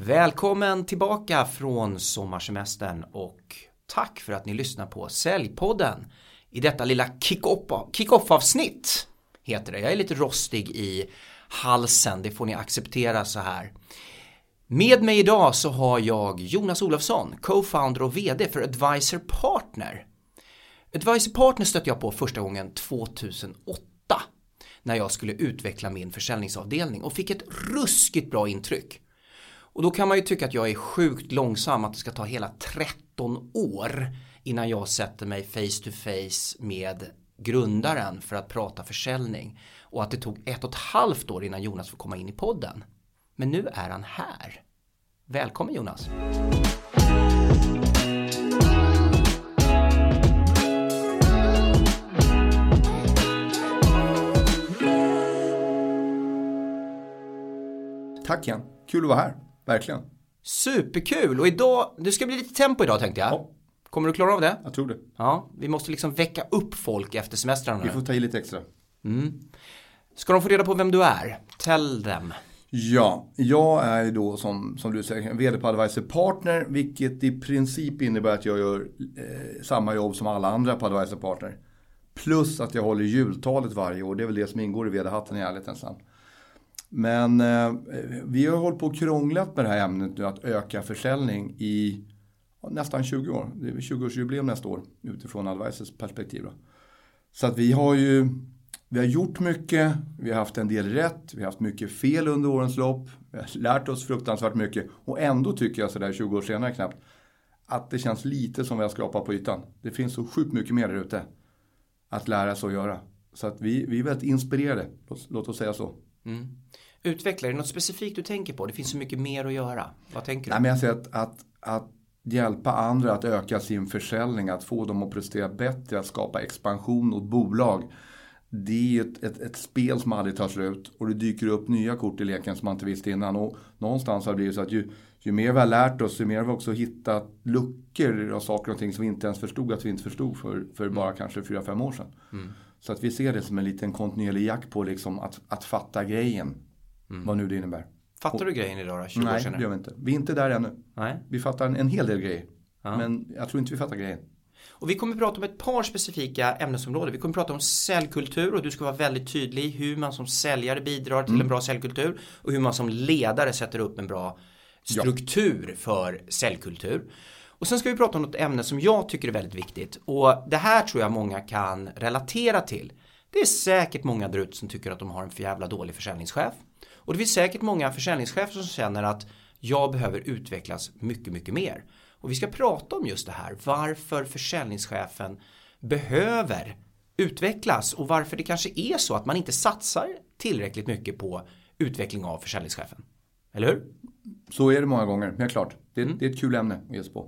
Välkommen tillbaka från sommarsemestern och tack för att ni lyssnar på Säljpodden. I detta lilla kick-off-avsnitt heter det. Jag är lite rostig i halsen, det får ni acceptera så här. Med mig idag så har jag Jonas Olofsson, co-founder och vd för Advisor Partner. Advisor Partner stötte jag på första gången 2008 när jag skulle utveckla min försäljningsavdelning och fick ett ruskigt bra intryck. Och då kan man ju tycka att jag är sjukt långsam, att det ska ta hela 13 år innan jag sätter mig face to face med grundaren för att prata försäljning. Och att det tog 1,5 år innan Jonas får komma in i podden. Men nu är han här. Välkommen Jonas. Tack igen. Kul att vara här. Verkligen. Superkul. Och idag, det ska bli lite tempo idag tänkte jag. Ja. Kommer du klara av det? Jag tror det. Ja, vi måste liksom väcka upp folk efter semestern. Vi får ta i lite extra. Ska de få reda på vem du är? Tell them. Ja, jag är ju då som du säger vd på Advisor Partner, vilket i princip innebär att jag gör samma jobb som alla andra på Advisor Partner. Plus att jag håller jultalet varje år. Det är väl det som ingår i vd-hatten i ärlighetens namn. Men vi har hållit på och krånglat med det här ämnet nu, att öka försäljning i nästan 20 år. Det är 20-årsjubileum nästa år utifrån Advisors perspektiv. Så att vi har gjort mycket, vi har haft en del rätt, vi har haft mycket fel under årens lopp, vi har lärt oss fruktansvärt mycket och ändå tycker jag så där 20 år senare knappt att det känns lite som vi har skrapat på ytan. Det finns så sjukt mycket mer där ute att lära sig att göra. Så att vi är väldigt inspirerade, låt oss säga så. Utvecklar det något specifikt du tänker på? Det finns så mycket mer att göra. Vad tänker du? Nej, men jag säger att hjälpa andra att öka sin försäljning, att få dem att prestera bättre, att skapa expansion åt bolag. Det är ett spel som aldrig tar slut och det dyker upp nya kort i leken som man inte visste innan. Och någonstans har det blivit så att ju mer vi har lärt oss, ju mer har vi också hittat luckor av saker och ting som vi inte ens förstod att vi inte förstod för bara kanske 4-5 år sedan. Så att vi ser det som en liten kontinuerlig jakt på liksom att fatta grejen. Vad nu det innebär. Fattar du grejen idag då? 20 år Nej, senare? det gör vi inte. Vi är inte där ännu. Nej. Vi fattar en hel del grejer. Ja. Men jag tror inte vi fattar grejen. Och vi kommer prata om ett par specifika ämnesområden. Vi kommer prata om säljkultur och du ska vara väldigt tydlig hur man som säljare bidrar till en bra säljkultur och hur man som ledare sätter upp en bra struktur för säljkultur. Och sen ska vi prata om något ämne som jag tycker är väldigt viktigt och det här tror jag många kan relatera till. Det är säkert många där ute som tycker att de har en för jävla dålig försäljningschef. Och det finns säkert många försäljningschefer som känner att jag behöver utvecklas mycket, mycket mer. Och vi ska prata om just det här. Varför försäljningschefen behöver utvecklas. Och varför det kanske är så att man inte satsar tillräckligt mycket på utveckling av försäljningschefen. Eller hur? Så är det många gånger, helt klart. Det är ett kul ämne att ge sig på.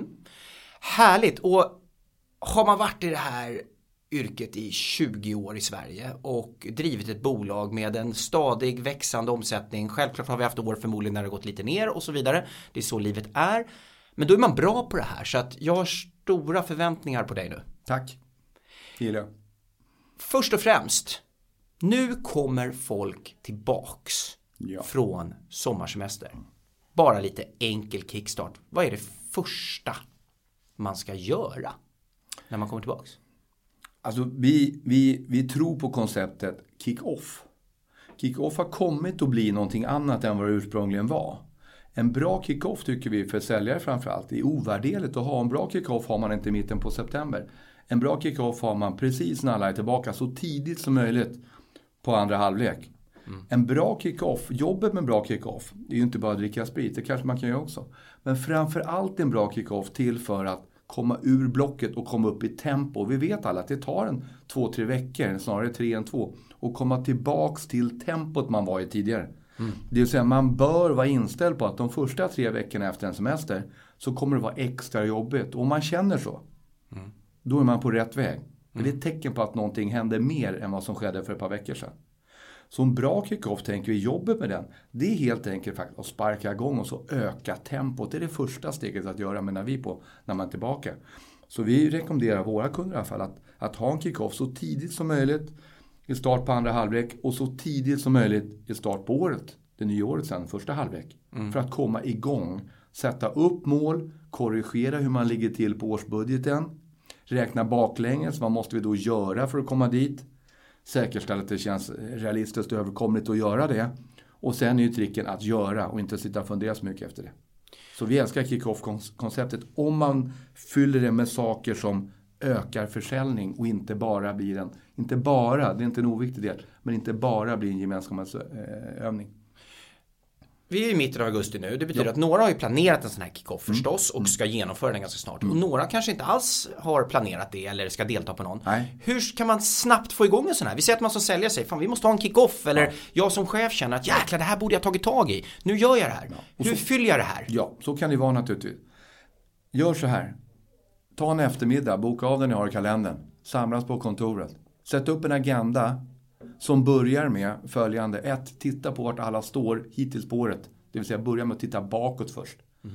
Härligt. Och har man varit i det här yrket i 20 år i Sverige och drivit ett bolag med en stadig växande omsättning. Självklart har vi haft år förmodligen när det gått lite ner och så vidare. Det är så livet är. Men då är man bra på det här så att jag har stora förväntningar på dig nu. Tack. Gillar jag. Först och främst, nu kommer folk tillbaks från sommarsemester. Bara lite enkel kickstart. Vad är det första man ska göra när man kommer tillbaks? Alltså vi tror på konceptet kick-off. Kick-off har kommit att bli någonting annat än vad det ursprungligen var. En bra kick-off tycker vi för säljare framförallt är ovärderligt att ha. En bra kick-off har man inte i mitten på september. En bra kick-off har man precis när alla är tillbaka så tidigt som möjligt på andra halvlek. En bra kick-off, jobbet med bra kick-off, det är ju inte bara att dricka sprit, det kanske man kan göra också. Men framförallt en bra kick-off till för att komma ur blocket och komma upp i tempo. Vi vet alla att det tar 2-3 veckor, snarare 3 än 2, och komma tillbaks till tempot man var i tidigare. Det vill säga man bör vara inställd på att de första 3 veckorna efter en semester så kommer det vara extra jobbigt. Och om man känner så, då är man på rätt väg. Det är ett tecken på att någonting händer mer än vad som skedde för ett par veckor sedan. Så en bra kick-off tänker vi jobbet med den. Det är helt enkelt faktiskt att sparka igång och så öka tempot. Det är det första steget att göra menar vi på när man är tillbaka. Så vi rekommenderar våra kunder i alla fall att ha en kick-off så tidigt som möjligt i start på andra halvlek och så tidigt som möjligt i start på året. Det det nya året sen, första halvlek. För att komma igång. Sätta upp mål, korrigera hur man ligger till på årsbudgeten. Räkna baklänges, vad måste vi då göra för att komma dit? Säkerställa att det känns realistiskt och överkomligt att göra det. Och sen är ju tricken att göra och inte sitta och fundera så mycket efter det. Så vi älskar kick-off-konceptet om man fyller det med saker som ökar försäljning och inte bara blir det är inte en oviktig del, men inte bara blir en gemenskapsövning. Vi är i mitten av augusti nu. Det betyder att några har ju planerat en sån här kick-off förstås och ska genomföra den ganska snart. Och några kanske inte alls har planerat det eller ska delta på någon. Nej. Hur kan man snabbt få igång en sån här? Vi säger att man som säljare säger, fan vi måste ha en kick-off. Eller jag som chef känner att jäklar det här borde jag tagit tag i. Nu gör jag det här. Hur fyller jag det här? Ja, så kan det vara naturligtvis. Gör så här. Ta en eftermiddag, boka av den ni har i kalendern. Samlas på kontoret. Sätt upp en agenda som börjar med följande. 1. Titta på vart alla står hittills på året. Det vill säga börja med att titta bakåt först.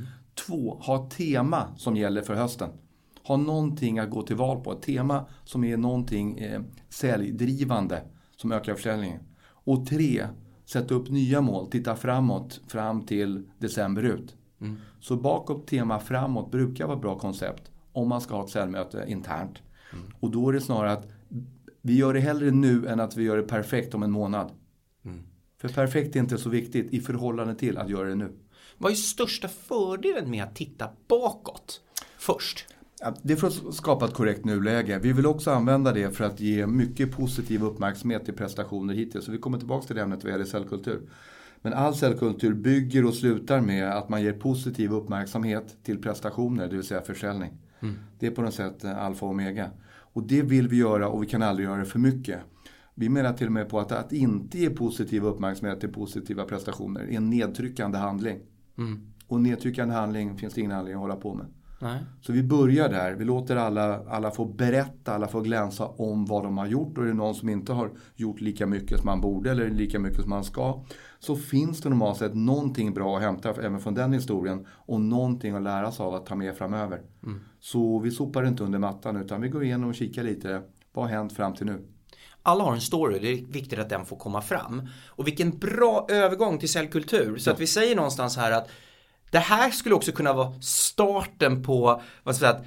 2. Ha ett tema som gäller för hösten. Ha någonting att gå till val på. Ett tema som är någonting säljdrivande som ökar försäljningen. Och 3. Sätt upp nya mål. Titta framåt fram till december ut. Så bakåt, tema framåt brukar vara ett bra koncept om man ska ha ett säljmöte internt. Och då är det snarare att vi gör det hellre nu än att vi gör det perfekt om en månad. För perfekt är inte så viktigt i förhållande till att göra det nu. Vad är största fördelen med att titta bakåt först? Ja, det är för att skapa ett korrekt nuläge. Vi vill också använda det för att ge mycket positiv uppmärksamhet till prestationer hittills. Så vi kommer tillbaka till det ämnet vad gäller säljkultur. Men all säljkultur bygger och slutar med att man ger positiv uppmärksamhet till prestationer, det vill säga försäljning. Det är på något sätt alfa och omega. Och det vill vi göra och vi kan aldrig göra det för mycket. Vi menar till och med på att inte ge positiv uppmärksamhet till positiva prestationer är en nedtryckande handling. Och nedtryckande handling finns det ingen anledning att hålla på med. Nej. Så vi börjar där. Vi låter alla få berätta, alla få glänsa om vad de har gjort. Och är det någon som inte har gjort lika mycket som man borde eller lika mycket som man ska, så finns det normalt sett någonting bra att hämta även från den historien och någonting att lära sig av att ta med framöver. Så vi sopar inte under mattan utan vi går igenom och kikar lite. Vad har hänt fram till nu? Alla har en story, det är viktigt att den får komma fram. Och vilken bra övergång till säljkultur. Så att vi säger någonstans här att det här skulle också kunna vara starten på vad ska jag säga,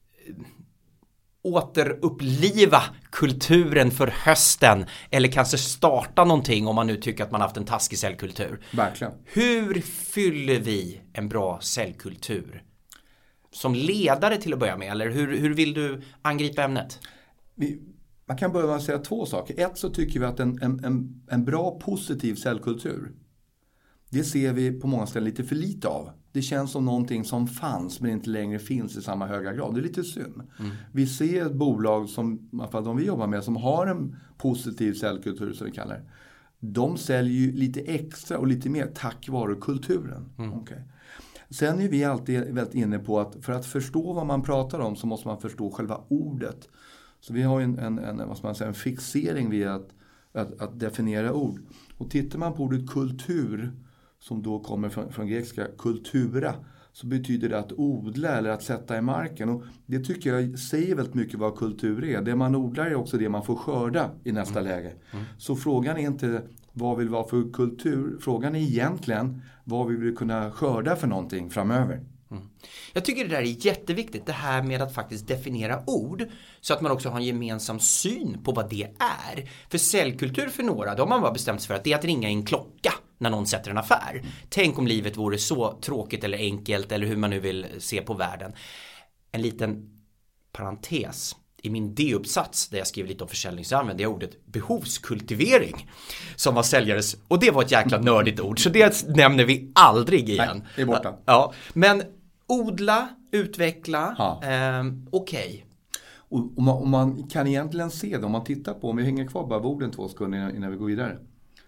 återuppliva kulturen för hösten. Eller kanske starta någonting om man nu tycker att man haft en taskig säljkultur. Verkligen. Hur fyller vi en bra säljkultur? Som ledare till att börja med, eller hur vill du angripa ämnet? Man kan börja med att säga två saker. Ett, så tycker vi att en bra positiv säljkultur, det ser vi på många ställen lite för lite av. Det känns som någonting som fanns men inte längre finns i samma höga grad. Det är lite synd. Vi ser ett bolag som, i alla fall de vi jobbar med, som har en positiv säljkultur som vi kallar det. De säljer ju lite extra och lite mer tack vare kulturen. Okay. Sen är vi alltid väldigt inne på att för att förstå vad man pratar om så måste man förstå själva ordet. Så vi har en fixering vid att definiera ord. Och tittar man på ordet kultur, som då kommer från grekiska kultura, så betyder det att odla eller att sätta i marken. Och det tycker jag säger väldigt mycket vad kultur är. Det man odlar är också det man får skörda i nästa läge. Så frågan är inte vad vill vara för kultur. Frågan är egentligen vad vi vill kunna skörda för någonting framöver. Jag tycker det där är jätteviktigt, det här med att faktiskt definiera ord så att man också har en gemensam syn på vad det är. För säljkultur för några, då har man bara bestämt sig för att det är att ringa in klocka när någon sätter en affär. Tänk om livet vore så tråkigt eller enkelt eller hur man nu vill se på världen. En liten parentes. I min D-uppsats där jag skrev lite om försäljning så använde jag ordet behovskultivering som var säljares, och det var ett jäkla nördigt ord så det nämner vi aldrig igen. Nej, det är borta. Ja, men odla, utveckla, okej. Och man kan egentligen se det om man tittar på, om vi hänger kvar bara orden 2 sekunder innan vi går vidare.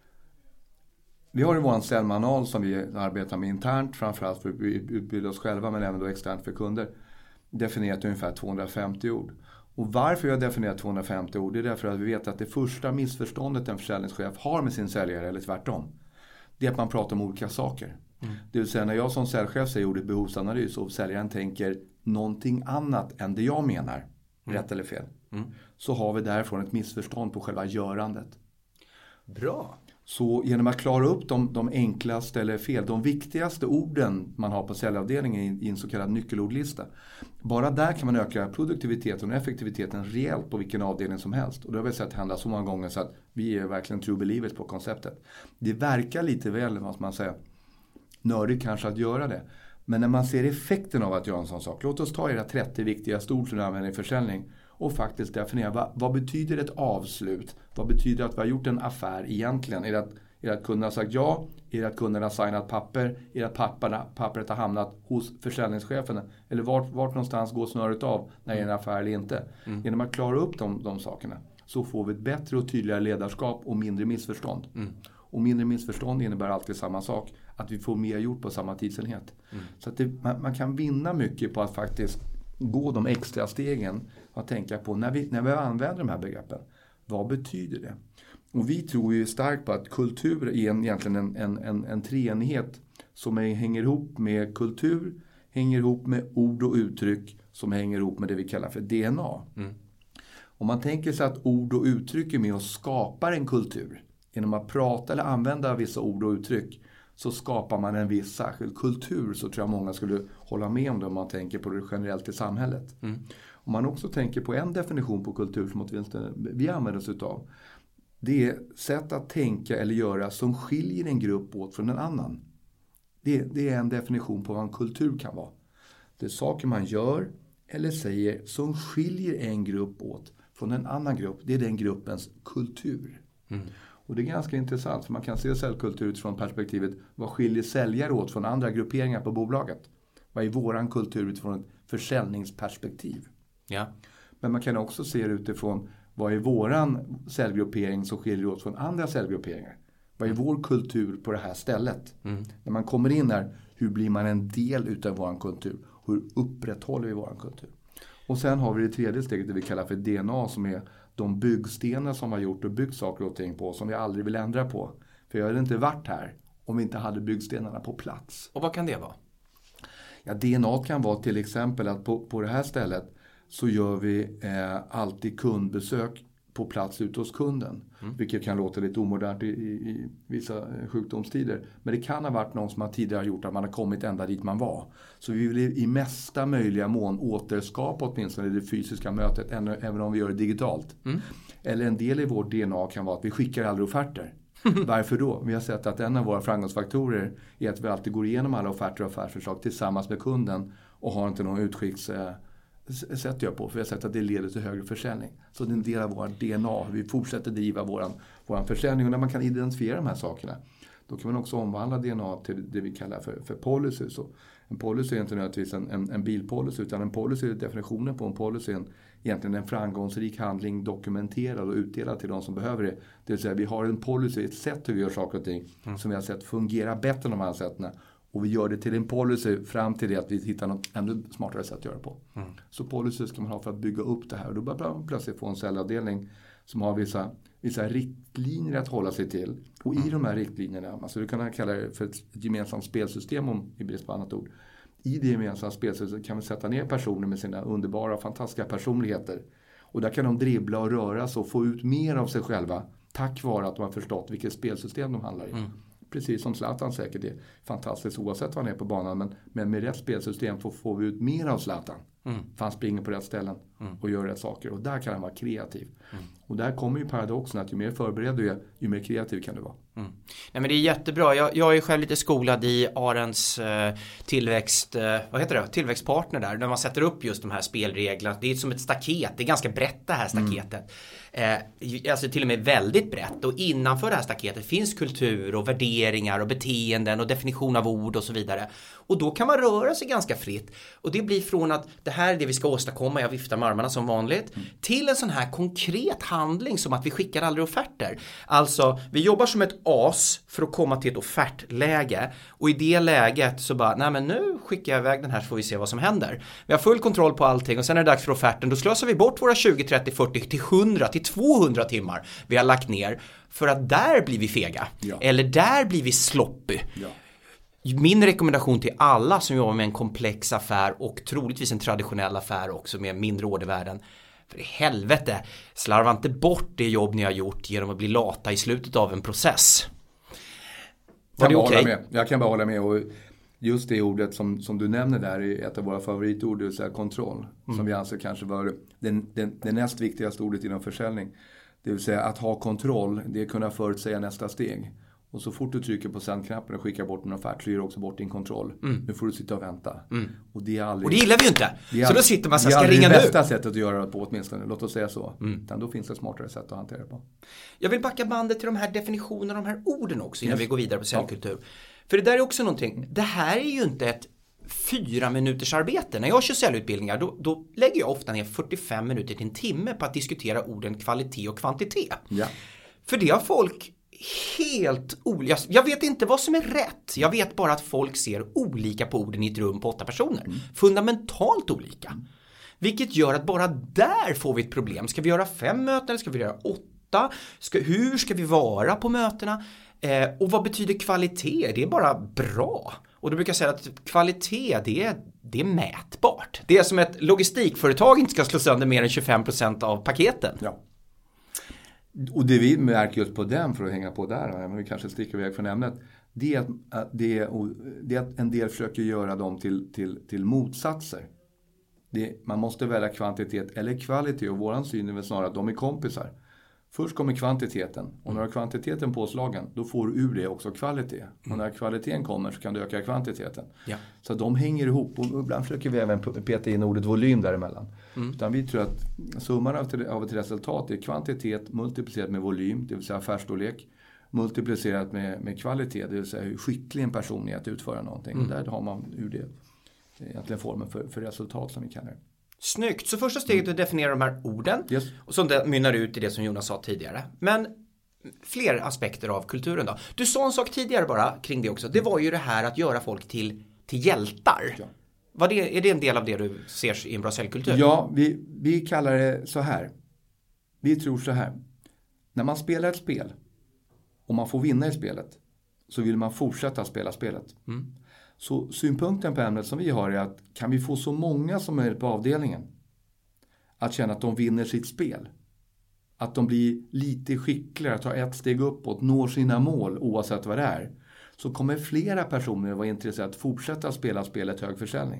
Vi har ju vår säljmanual som vi arbetar med internt, framförallt för att utbilda oss själva men även då externt för kunder. Definierat ungefär 250 ord. Och varför jag definierar 250 ord, det är därför att vi vet att det första missförståndet en försäljningschef har med sin säljare, eller tvärtom, det är att man pratar om olika saker. Det vill säga när jag som säljchef säger ordet behovsanalys och säljaren tänker någonting annat än det jag menar, rätt eller fel, så har vi därifrån ett missförstånd på själva görandet. Bra. Så genom att klara upp de enklaste eller de viktigaste orden man har på säljavdelningen i en så kallad nyckelordlista. Bara där kan man öka produktiviteten och effektiviteten rejält på vilken avdelning som helst. Och det har vi sett hända så många gånger så att vi är verkligen true believers på konceptet. Det verkar lite väl, vad man säger, nördigt kanske att göra det. Men när man ser effekten av att göra en sån sak, låt oss ta era 30 viktigaste ord som du använder i försäljning och faktiskt definiera vad betyder ett avslut? Vad betyder att vi har gjort en affär egentligen? Är det att kunden har sagt ja? Är det att kunden har signat papper? Är det att pappret har hamnat hos försäljningschefen? Eller vart någonstans går snöret av när det är en affär eller inte? Genom att klara upp de sakerna så får vi ett bättre och tydligare ledarskap och mindre missförstånd. Och mindre missförstånd innebär alltid samma sak. Att vi får mer gjort på samma tidsenhet. Så att man kan vinna mycket på att faktiskt gå de extra stegen och tänka på när vi använder de här begreppen. Vad betyder det? Och vi tror ju starkt på att kultur är egentligen en treenighet som hänger ihop med kultur, hänger ihop med ord och uttryck som hänger ihop med det vi kallar för DNA. Om man tänker sig att ord och uttryck är med och skapar en kultur genom att prata eller använda vissa ord och uttryck så skapar man en viss särskild kultur, så tror jag många skulle hålla med om det om man tänker på det generellt i samhället. Om man också tänker på en definition på kultur som åtminstone vi använder oss utav, det är sätt att tänka eller göra som skiljer en grupp åt från en annan. Det är en definition på vad en kultur kan vara. Det är saker man gör eller säger som skiljer en grupp åt från en annan grupp. Det är den gruppens kultur. Och det är ganska intressant för man kan se säljkultur utifrån perspektivet vad skiljer säljare åt från andra grupperingar på bolaget. Vad är våran kultur utifrån ett försäljningsperspektiv? Ja. Men man kan också se det utifrån vad är våran säljgruppering som skiljer åt från andra säljgrupperingar. Vad är vår kultur på det här stället? När man kommer in här, hur blir man en del utav våran kultur? Hur upprätthåller vi våran kultur? Och sen har vi det tredje steget det vi kallar för DNA som är de byggstenar som har gjort och byggt saker och ting på som vi aldrig vill ändra på. För jag hade inte varit här om vi inte hade byggstenarna på plats. Och vad kan det vara? Ja, DNA kan vara till exempel att på det här stället så gör vi alltid kundbesök på plats ute hos kunden. Vilket kan låta lite omodernt i vissa sjukdomstider. Men det kan ha varit någon som har tidigare gjort att man har kommit ända dit man var. Så vi vill i mesta möjliga mån återskapa åtminstone det fysiska mötet även om vi gör det digitalt. Eller en del i vårt DNA kan vara att vi skickar aldrig offerter. Varför då? Vi har sett att en av våra framgångsfaktorer är att vi alltid går igenom alla offerter och affärsförslag tillsammans med kunden och har inte någon sätt jag på, för jag har sett att det leder till högre försäljning. Så det är en del av vår DNA. Vi fortsätter driva vår försäljning och när man kan identifiera de här sakerna då kan man också omvandla DNA till det vi kallar för policy. Så en policy är inte nödvändigtvis en bilpolicy utan en policy, definitionen på en policy är egentligen en framgångsrik handling dokumenterad och utdelad till de som behöver det. Det vill säga vi har en policy, ett sätt hur vi gör saker och ting som vi har sett fungera bättre än de här sätten. Och vi gör det till en policy fram till det att vi hittar något ännu smartare sätt att göra på. Så policy ska man ha för att bygga upp det här. Och då börjar man plötsligt få en säljavdelning som har vissa riktlinjer att hålla sig till. Och i de här riktlinjerna, alltså du kan kalla det för ett gemensamt spelsystem om i brist på annat ord. I det gemensamma spelsystemet kan vi sätta ner personer med sina underbara, fantastiska personligheter. Och där kan de dribbla och röra sig och få ut mer av sig själva tack vare att de har förstått vilket spelsystem de handlar i. Precis som Zlatan säkert är fantastiskt oavsett vad han är på banan. Men med rätt spelsystem får vi ut mer av Zlatan. För han springer på rätt ställen och gör rätt saker. Och där kan han vara kreativ. Och där kommer ju paradoxen att ju mer förberedd du är, ju mer kreativ kan du vara. Nej, men det är jättebra. Jag är själv lite skolad i Arens tillväxtpartner där. När man sätter upp just de här spelreglerna. Det är som ett staket. Det är ganska brett det här staketet. Alltså till och med väldigt brett. Och innanför det här staketet finns kultur och värderingar och beteenden och definition av ord och så vidare. Och då kan man röra sig ganska fritt. Och det blir från att det här är det vi ska åstadkomma, jag viftar med armarna som vanligt, till en sån här konkret handling som att vi skickar aldrig offerter. Alltså, vi jobbar som ett as för att komma till ett offertläge. Och i det läget så bara, nej men nu skickar jag iväg den här så får vi se vad som händer. Vi har full kontroll på allting och sen är det dags för offerten. Då slösar vi bort våra 20, 30, 40 till 100 till 200 timmar vi har lagt ner för att där blir vi fega. Ja. Eller där blir vi sloppy. Ja. Min rekommendation till alla som jobbar med en komplex affär och troligtvis en traditionell affär också med mindre ordervärden. För i helvete, slarva inte bort det jobb ni har gjort genom att bli lata i slutet av en process. Var det okej? Jag kan bara hålla med. Och just det ordet som du nämner där är ett av våra favoritord, det vill säga kontroll. Som vi anser kanske var det näst viktigaste ordet inom försäljning. Det vill säga att ha kontroll, det är att kunna förutsäga nästa steg. Och så fort du trycker på sändknappen och skickar bort en offert så gör du också bort din kontroll. Nu får du sitta och vänta. Och det gillar vi ju inte. Så då sitter man så ska ringa nu. Det är det bästa sättet att göra det på åtminstone. Låt oss säga så. Utan då finns det smartare sätt att hantera det på. Jag vill backa bandet till de här definitionerna, de här orden också innan vi går vidare på säljkultur. För det där är också någonting. Det här är ju inte ett 4 minuters arbete. När jag kör säljutbildningar då lägger jag ofta ner 45 minuter till en timme på att diskutera orden kvalitet och kvantitet. Ja. För det har folk helt olika. Jag vet inte vad som är rätt. Jag vet bara att folk ser olika på orden i ett rum på 8 personer. Fundamentalt olika. Vilket gör att bara där får vi ett problem. Ska vi göra 5 möten eller ska vi göra 8? Hur ska vi vara på mötena? Och vad betyder kvalitet? Det är bara bra. Och då brukar jag säga att kvalitet det är mätbart. Det är som ett logistikföretag inte ska slå sönder mer än 25% av paketen. Ja. Och det vi märker just på den, för att hänga på där, men vi kanske sticker iväg från ämnet, det är att en del försöker göra dem till motsatser. Man måste välja kvantitet eller kvalitet, och våran syn är väl snarare att de är kompisar. Först kommer kvantiteten, och när kvantiteten påslagen, då får du ur det också kvalitet. Och när kvaliteten kommer så kan du öka kvantiteten. Ja. Så de hänger ihop, och ibland försöker vi även peta in ordet volym däremellan. Utan vi tror att summan av ett resultat är kvantitet multiplicerat med volym, det vill säga affärsstorlek, multiplicerat med kvalitet, det vill säga hur skicklig en person är att utföra någonting. Och där har man ur det egentligen formen för resultat som vi kallar det. Snyggt. Så första steget är att definiera de här orden. Yes. Och som det mynnar ut i det som Jonas sa tidigare. Men fler aspekter av kulturen då. Du sa en sak tidigare bara kring det också. Det var ju det här att göra folk till hjältar. Ja. Är det en del av det du ser i en bra säljkultur? Ja, vi kallar det så här. Vi tror så här. När man spelar ett spel och man får vinna i spelet, så vill man fortsätta spela spelet. Så synpunkten på ämnet som vi har är att kan vi få så många som möjligt på avdelningen att känna att de vinner sitt spel. Att de blir lite skickligare, tar ett steg uppåt, når sina mål oavsett vad det är. Så kommer flera personer vara intresserade att fortsätta spela spelet hög försäljning.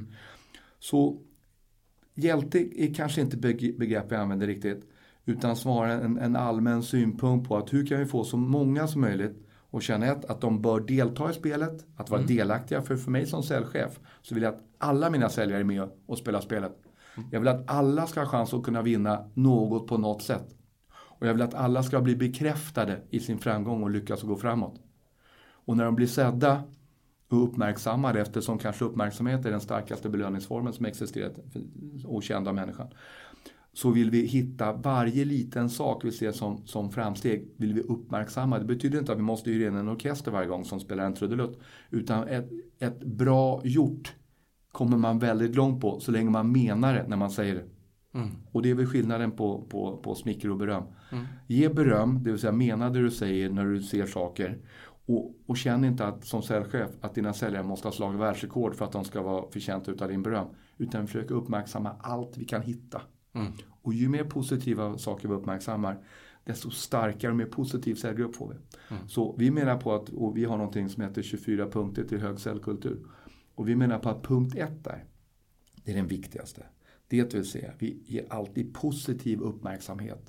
Så hjälte är kanske inte begrepp jag använder riktigt, utan snarare en allmän synpunkt på att hur kan vi få så många som möjligt och känna att de bör delta i spelet, att vara delaktiga. För mig som säljchef så vill jag att alla mina säljare är med och spelar spelet. Jag vill att alla ska ha chans att kunna vinna något på något sätt. Och jag vill att alla ska bli bekräftade i sin framgång och lyckas gå framåt. Och när de blir sedda och uppmärksammade, eftersom kanske uppmärksamhet är den starkaste belöningsformen som existerar och kända människan, så vill vi hitta varje liten sak vi ser som framsteg, vill vi uppmärksamma. Det betyder inte att vi måste hyra in en orkester varje gång som spelar en trudelutt, utan ett bra gjort kommer man väldigt långt på så länge man menar det när man säger det. Och det är väl skillnaden på smicker och beröm. Ge beröm, det vill säga mena det du säger när du ser saker. Och känn inte att som säljchef att dina säljare måste ha slagit världsrekord för att de ska vara förtjänta utav din beröm. Utan försök uppmärksamma allt vi kan hitta. Och ju mer positiva saker vi uppmärksammar, desto starkare och mer positiv säljgrupp får vi. Så vi menar på att, och vi har någonting som heter 24 punkter till hög säljkultur. Och vi menar på att punkt 1 där, det är den viktigaste. Det vill säga, vi ger alltid positiv uppmärksamhet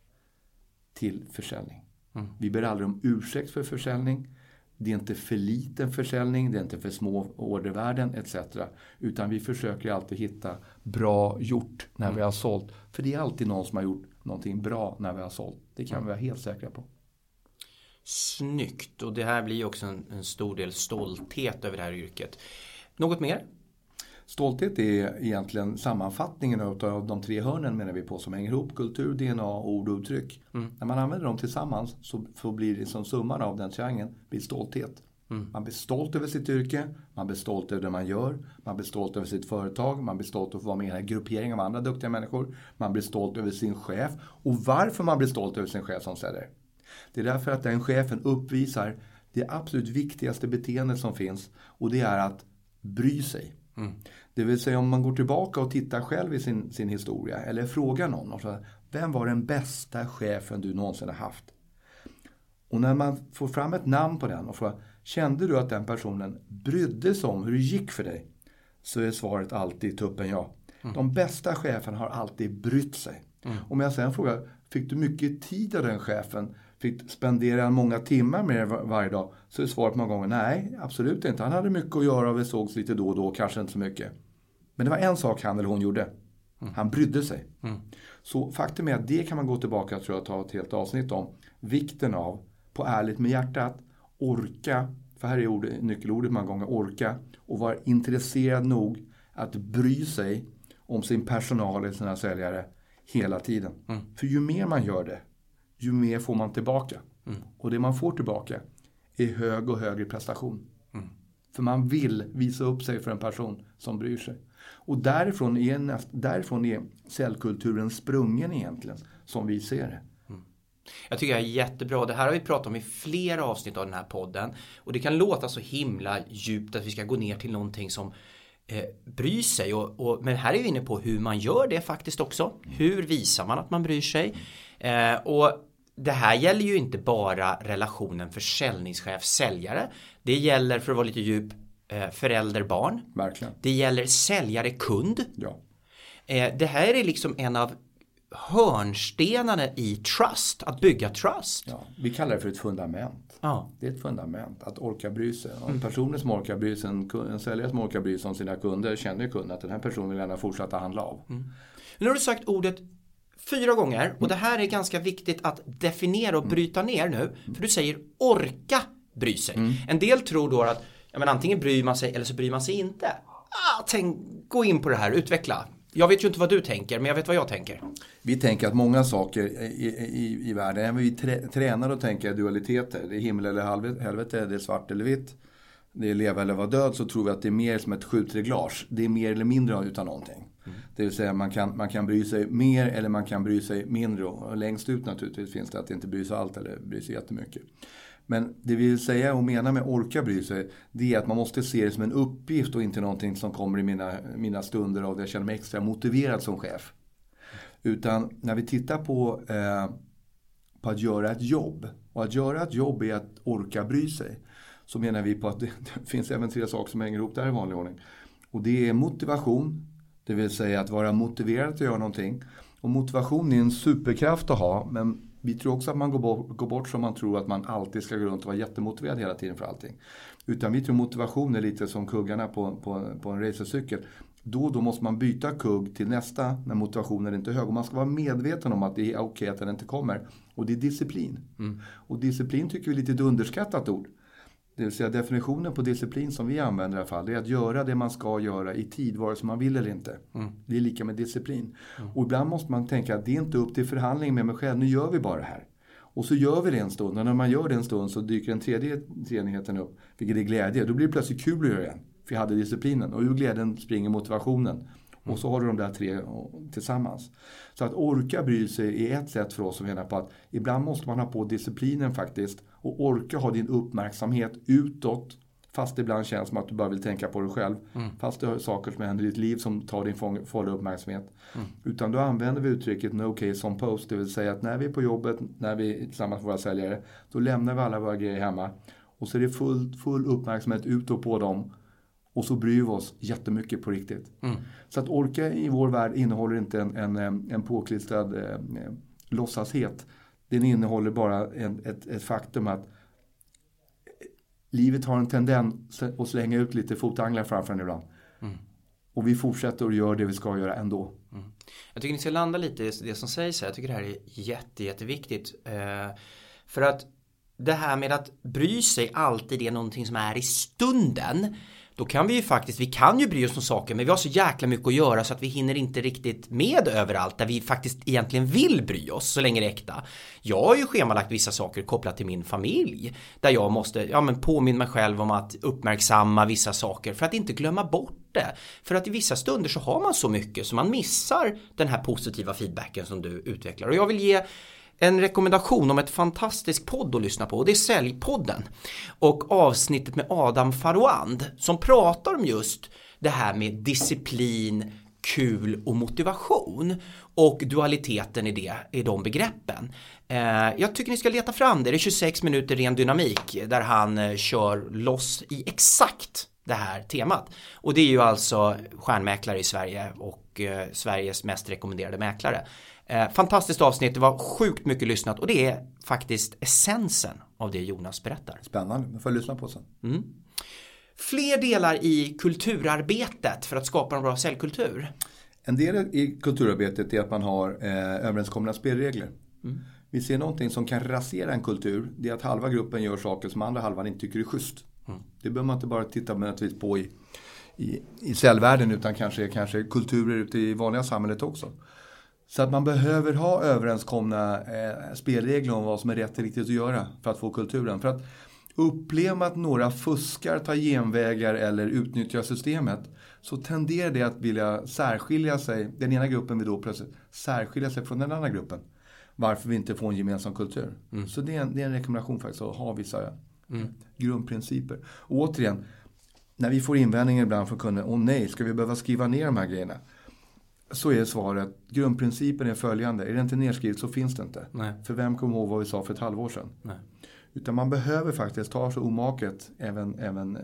till försäljning. Vi ber aldrig om ursäkt för försäljning. Det är inte för liten försäljning, det är inte för små ordervärden etc. Utan vi försöker alltid hitta bra gjort när vi har sålt. För det är alltid någon som har gjort någonting bra när vi har sålt. Det kan vi vara helt säkra på. Snyggt, och det här blir också en stor del stolthet över det här yrket. Något mer? Stolthet är egentligen sammanfattningen av de 3 hörnen menar vi på som hänger ihop. Kultur, DNA, ord och uttryck. När man använder dem tillsammans så blir det som summan av den triangeln blir stolthet. Man blir stolt över sitt yrke, man blir stolt över det man gör, man blir stolt över sitt företag, man blir stolt över att vara med i en gruppering av andra duktiga människor, man blir stolt över sin chef. Och varför man blir stolt över sin chef som säljare? Det är därför att den chefen uppvisar det absolut viktigaste beteendet som finns, och det är att bry sig. Det vill säga om man går tillbaka och tittar själv i sin historia eller frågar någon, vem var den bästa chefen du någonsin har haft? Och när man får fram ett namn på den och frågar, kände du att den personen brydde sig om hur det gick för dig? Så är svaret alltid tuppen ja. De bästa cheferna har alltid brytt sig. Om jag sen frågar, fick du mycket tid av den chefen? Fick spendera många timmar med varje dag? Så är svaret många gånger, nej, absolut inte. Han hade mycket att göra och vi sågs lite då och då, kanske inte så mycket. Men det var en sak han eller hon gjorde. Han brydde sig. Så faktum är att det kan man gå tillbaka, tror jag, ta ett helt avsnitt om. Vikten av, på ärligt med hjärtat, orka, för här är nyckelordet många gånger, orka, och vara intresserad nog att bry sig om sin personal eller sina säljare hela tiden. För ju mer man gör det, ju mer får man tillbaka. Och det man får tillbaka är hög och högre prestation. För man vill visa upp sig för en person som bryr sig. Och därifrån är säljkulturen sprungen egentligen, som vi ser det. Jag tycker det är jättebra. Det här har vi pratat om i flera avsnitt av den här podden. Och det kan låta så himla djupt att vi ska gå ner till någonting som bryr sig. Men här är vi inne på hur man gör det faktiskt också. Hur visar man att man bryr sig? Och det här gäller ju inte bara relationen försäljningschef-säljare. Det gäller, för att vara lite djup, förälder-barn. Verkligen. Det gäller säljare-kund. Ja. Det här är liksom en av hörnstenarna i trust, att bygga trust. Ja, vi kallar det för ett fundament. Ja. Det är ett fundament, att orka bry sig. En person som orkar bry sig, en säljare som orkar bry sig om sina kunder, känner kunden att den här personen vill gärna fortsätta handla av. Nu har du sagt ordet 4 gånger och det här är ganska viktigt att definiera och bryta ner nu, för du säger orka bry sig. En del tror då att antingen bryr man sig eller så bryr man sig inte. Gå in på det här, utveckla. Jag vet ju inte vad du tänker, men jag vet vad jag tänker. Vi tänker att många saker i världen, även vi tränar och tänker dualiteter. Det är himmel eller helvete, det är svart eller vitt. Det är leva eller vara död, så tror vi att det är mer som ett skjutreglage. Det är mer eller mindre utan någonting. Det vill säga man kan bry sig mer eller man kan bry sig mindre. Och längst ut naturligtvis finns det att inte bry sig allt eller bry sig jättemycket. Men det vi vill säga och menar med orka bry sig, det är att man måste se det som en uppgift och inte någonting som kommer i mina stunder av det jag känner mig extra motiverad som chef. Utan när vi tittar på att göra ett jobb, och att göra ett jobb är att orka bry sig, så menar vi på att det finns även 3 saker som hänger ihop där i vanlig ordning. Och det är motivation, det vill säga att vara motiverad att göra någonting. Och motivation är en superkraft att ha, men vi tror också att man går bort som man tror att man alltid ska gå runt och vara jättemotiverad hela tiden för allting. Utan vi tror motivation är lite som kuggarna på en racercykel. Då måste man byta kugg till nästa när motivationen är inte är hög. Och man ska vara medveten om att det är okej att den inte kommer. Och det är disciplin. Och disciplin tycker vi är lite ett underskattat ord. Det vill säga definitionen på disciplin som vi använder i alla fall, det är att göra det man ska göra i tid, vare sig man vill eller inte. Det är lika med disciplin. Och ibland måste man tänka att det är inte upp till förhandling med mig själv, nu gör vi bara det här. Och så gör vi det en stund, och när man gör det en stund så dyker den tredje treenigheten upp, vilket är glädje. Då blir det plötsligt kul att göra igen, för jag hade disciplinen. Och ur glädjen springer motivationen. Och så har du de där 3 tillsammans. Så att orka bry sig är ett sätt för oss som menar på att ibland måste man ha på disciplinen faktiskt. Och orka ha din uppmärksamhet utåt. Fast det ibland känns som att du bara vill tänka på dig själv. Fast det är saker som händer i ditt liv som tar din fulla uppmärksamhet. Utan då använder vi uttrycket no case on post. Det vill säga att när vi är på jobbet, när vi är tillsammans med våra säljare, då lämnar vi alla våra grejer hemma. Och så är det full uppmärksamhet utåt på dem. Och så bryr vi oss jättemycket på riktigt. Så att orka i vår värld innehåller inte en påklistrad låtsashet. Den innehåller bara ett faktum att livet har en tendens att slänga ut lite fotanglar framför en ibland. Och vi fortsätter att göra det vi ska göra ändå. Jag tycker ni ska landa lite i det som sägs här. Jag tycker det här är jätteviktigt. För att det här med att bry sig alltid är någonting som är i stunden. Då kan vi kan ju bry oss om saker, men vi har så jäkla mycket att göra så att vi hinner inte riktigt med överallt där vi faktiskt egentligen vill bry oss så länge det är äkta. Jag har ju schemalagt vissa saker kopplat till min familj där jag måste påminna mig själv om att uppmärksamma vissa saker för att inte glömma bort det. För att i vissa stunder så har man så mycket så man missar den här positiva feedbacken som du utvecklar. Och jag vill ge en rekommendation om ett fantastiskt podd att lyssna på, och det är Säljpodden och avsnittet med Adam Farouand som pratar om just det här med disciplin kul och motivation och dualiteten i de begreppen. Jag tycker ni ska leta fram det. Det är 26 minuter ren dynamik där han kör loss i exakt det här temat. Och det är ju alltså stjärnmäklare i Sverige och Sveriges mest rekommenderade mäklare. Fantastiskt avsnitt, det var sjukt mycket lyssnat och det är faktiskt essensen av det Jonas berättar. Spännande, jag får lyssna på sen. Fler delar i kulturarbetet för att skapa en bra säljkultur. En del i kulturarbetet är att man har överenskomna spelregler. Vi ser någonting som kan rasera en kultur. Det är att halva gruppen gör saker som andra halvan inte tycker är schysst. Det behöver man inte bara titta på i säljvärlden utan kanske kulturer ute i vanliga samhället också. Så att man behöver ha överenskomna spelregler om vad som är rätt och riktigt att göra för att få kulturen. För att uppleva att några fuskar, tar genvägar eller utnyttjar systemet så tenderar det att vilja särskilja sig. Den ena gruppen vill då plötsligt särskilja sig från den andra gruppen. Varför vi inte får en gemensam kultur. Så det är en rekommendation faktiskt att ha vissa grundprinciper. Och återigen, när vi får invändningar ibland från kunder, nej, ska vi behöva skriva ner de här grejerna? Så är svaret, grundprincipen är följande. Är det inte nedskrivet så finns det inte. Nej. För vem kommer ihåg vad vi sa för ett halvår sedan? Nej. Utan man behöver faktiskt ta sig omaket även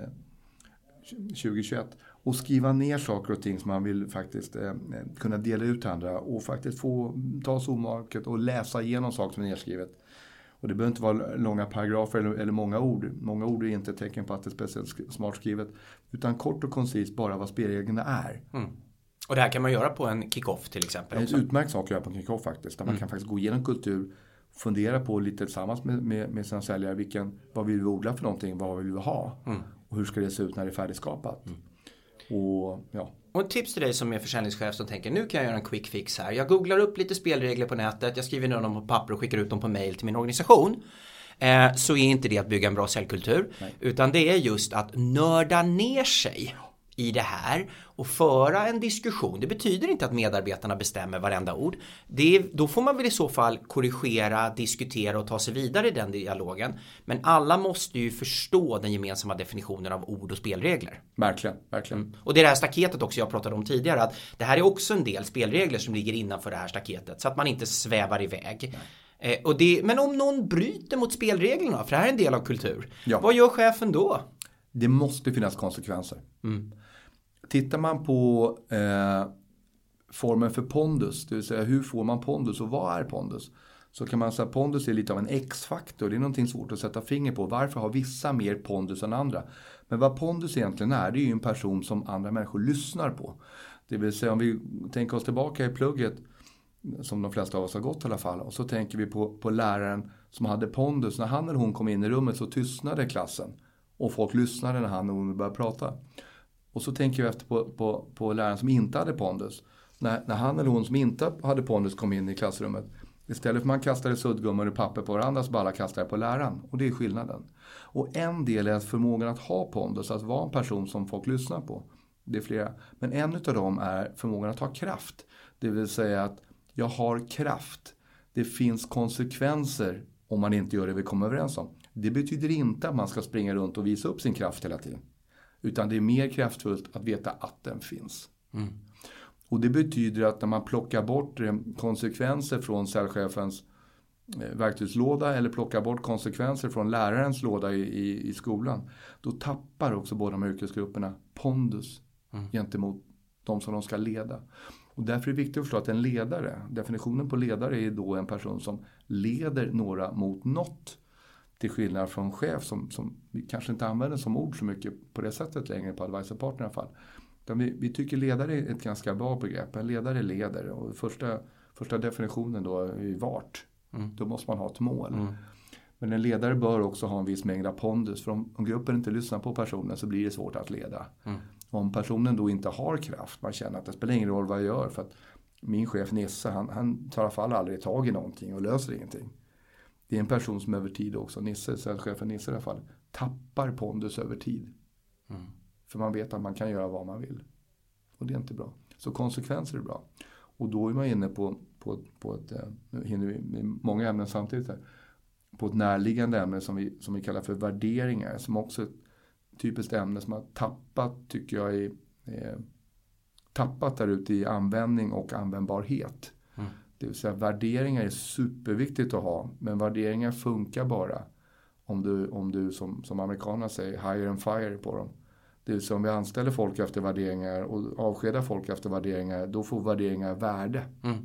2021 och skriva ner saker och ting som man vill faktiskt kunna dela ut till andra och faktiskt få ta sig omaket och läsa igenom saker som är nedskrivet. Och det behöver inte vara långa paragrafer eller många ord. Många ord är inte ett tecken på att det är speciellt smart skrivet. Utan kort och koncist bara vad spelreglerna är. Och det här kan man göra på en kick-off till exempel också. Det är ett utmärkt sak att göra på en kick-off faktiskt. Där man kan faktiskt gå igenom kultur, fundera på lite tillsammans med sina säljare. Vad vill vi odla för någonting? Vad vill vi ha? Och hur ska det se ut när det är färdigskapat? Och ett tips till dig som är försäljningschef som tänker nu kan jag göra en quick fix här. Jag googlar upp lite spelregler på nätet. Jag skriver ner dem på papper och skickar ut dem på mail till min organisation. Så är inte det att bygga en bra säljkultur. Nej. Utan det är just att nörda ner sig i det här och föra en diskussion. Det betyder inte att medarbetarna bestämmer varenda ord. Då får man väl i så fall korrigera, diskutera och ta sig vidare i den dialogen. Men alla måste ju förstå den gemensamma definitionen av ord och spelregler. Verkligen. Och det är det här staketet också jag pratade om tidigare. Att det här är också en del spelregler som ligger innanför det här staketet. Så att man inte svävar iväg. Men om någon bryter mot spelreglerna, för det här är en del av kultur. Ja. Vad gör chefen då? Det måste finnas konsekvenser. Tittar man på formen för pondus, det vill säga hur får man pondus och vad är pondus? Så kan man säga att pondus är lite av en X-faktor. Det är någonting svårt att sätta finger på. Varför har vissa mer pondus än andra? Men vad pondus egentligen är, det är ju en person som andra människor lyssnar på. Det vill säga om vi tänker oss tillbaka i plugget, som de flesta av oss har gått i alla fall. Och så tänker vi på läraren som hade pondus. När han eller hon kom in i rummet så tystnade klassen. Och folk lyssnade när han eller hon började prata. Och så tänker vi efter på läraren som inte hade pondus. När han eller hon som inte hade pondus kom in i klassrummet. Istället för att man kastade suddgummor och papper på varandra så bara alla kastade på läraren. Och det är skillnaden. Och en del är att förmågan att ha pondus, att vara en person som folk lyssnar på. Det är flera. Men en av dem är förmågan att ha kraft. Det vill säga att jag har kraft. Det finns konsekvenser om man inte gör det vi kommer överens om. Det betyder inte att man ska springa runt och visa upp sin kraft hela tiden. Utan det är mer kraftfullt att veta att den finns. Och det betyder att när man plockar bort konsekvenser från säljchefens verktygslåda eller plockar bort konsekvenser från lärarens låda i skolan, då tappar också båda de yrkesgrupperna pondus gentemot de som de ska leda. Och därför är det viktigt att förstå att en ledare, definitionen på ledare är då en person som leder några mot något. Till skillnad från chef som vi kanske inte använder som ord så mycket på det sättet längre på advisorpartner i alla fall. Vi tycker ledare är ett ganska bra begrepp. En ledare leder och första definitionen då är vart. Då måste man ha ett mål. Men en ledare bör också ha en viss mängd av pondus. För om gruppen inte lyssnar på personen så blir det svårt att leda. Om personen då inte har kraft, man känner att det spelar ingen roll vad jag gör. För att min chef Nisse, han tar i alla fall aldrig tag i någonting och löser ingenting. Det är en person som över tid också, chefen Nisse i alla fall, tappar pondus över tid. För man vet att man kan göra vad man vill. Och det är inte bra. Så konsekvenser är bra. Och då är man inne på ett, nu hinner vi med många ämnen samtidigt här, på ett närliggande ämne som vi kallar för värderingar. Som också är ett typiskt ämne som har tappat, tycker jag, i tappat där ute i användning och användbarhet. Det vill säga värderingar är superviktigt att ha, men värderingar funkar bara om du som amerikanerna säger, hire and fire på dem. Det vill säga om vi anställer folk efter värderingar och avskedar folk efter värderingar, då får värderingar värde.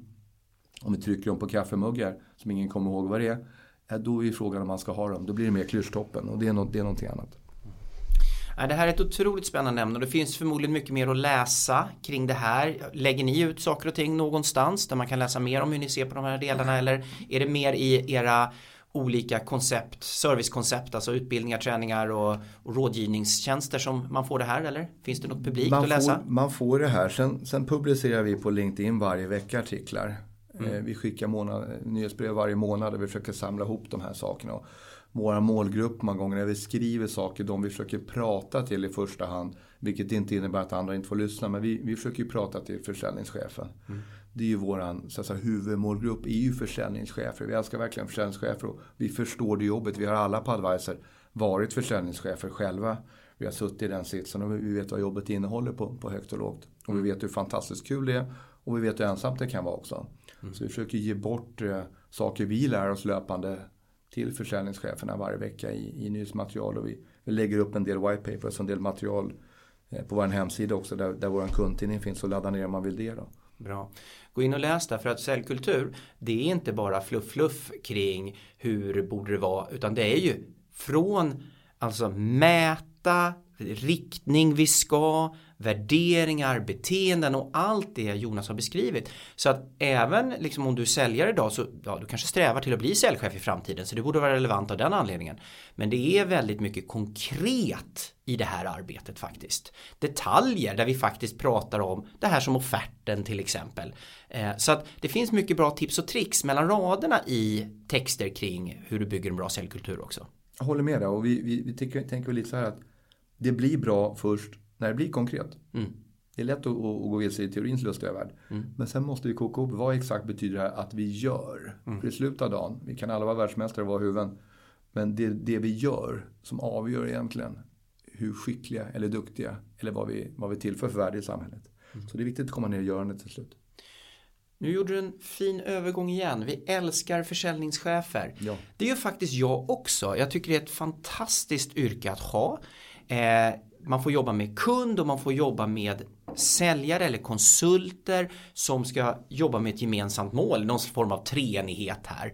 Om vi trycker dem på kaffemuggar som ingen kommer ihåg vad det är, då är frågan om man ska ha dem. Då blir det mer klyschtoppen och det är någonting annat. Det här är ett otroligt spännande ämne och det finns förmodligen mycket mer att läsa kring det här. Lägger ni ut saker och ting någonstans där man kan läsa mer om hur ni ser på de här delarna, eller är det mer i era olika koncept, servicekoncept, alltså utbildningar, träningar och rådgivningstjänster som man får det här, eller? Finns det något publikt att läsa? Man får det här. Sen publicerar vi på LinkedIn varje vecka artiklar. Vi skickar nyhetsbrev varje månad och vi försöker samla ihop de här sakerna. Och våra målgrupp många gånger när vi skriver saker, de vi försöker prata till i första hand, vilket inte innebär att andra inte får lyssna, men vi försöker ju prata till försäljningschefen. Det är ju våran så att säga, huvudmålgrupp är ju försäljningschefer. Vi älskar verkligen försäljningschefer och vi förstår det jobbet. Vi har alla på Advisor varit försäljningschefer själva. Vi har suttit i den sitsen och vi vet vad jobbet innehåller på högt och lågt. Och vi vet hur fantastiskt kul det är och vi vet hur ensamt det kan vara också. Så vi försöker ge bort saker vi lär oss löpande till försäljningscheferna varje vecka i nyhetsmaterial, och vi lägger upp en del white papers och en del material på vår hemsida också där vår kundtidning finns, och ladda ner om man vill det då. Bra. Gå in och läs där, för att säljkultur, det är inte bara fluff kring hur borde det vara, utan det är ju från alltså mäta, riktning vi ska, värderingar, beteenden och allt det Jonas har beskrivit. Så att även liksom om du är säljare idag, så du kanske strävar till att bli säljchef i framtiden, så det borde vara relevant av den anledningen. Men det är väldigt mycket konkret i det här arbetet faktiskt. Detaljer där vi faktiskt pratar om det här som offerten till exempel. Så att det finns mycket bra tips och tricks mellan raderna i texter kring hur du bygger en bra säljkultur också. Jag håller med dig, och vi tänker lite så här att det blir bra först när det blir konkret. Det är lätt att gå vilse i teorins lustiga värld. Men sen måste vi koka upp vad exakt betyder det här att vi gör. För i slutet av dagen, vi kan alla vara världsmästare och vara huvuden. Men det vi gör som avgör egentligen hur skickliga eller duktiga eller vad vi tillför för värde i samhället. Så det är viktigt att komma ner i görandet till slut. Nu gjorde du en fin övergång igen. Vi älskar försäljningschefer. Ja. Det är ju faktiskt jag också. Jag tycker det är ett fantastiskt yrke att ha. Man får jobba med kund och man får jobba med säljare eller konsulter som ska jobba med ett gemensamt mål. Någon form av treenighet här.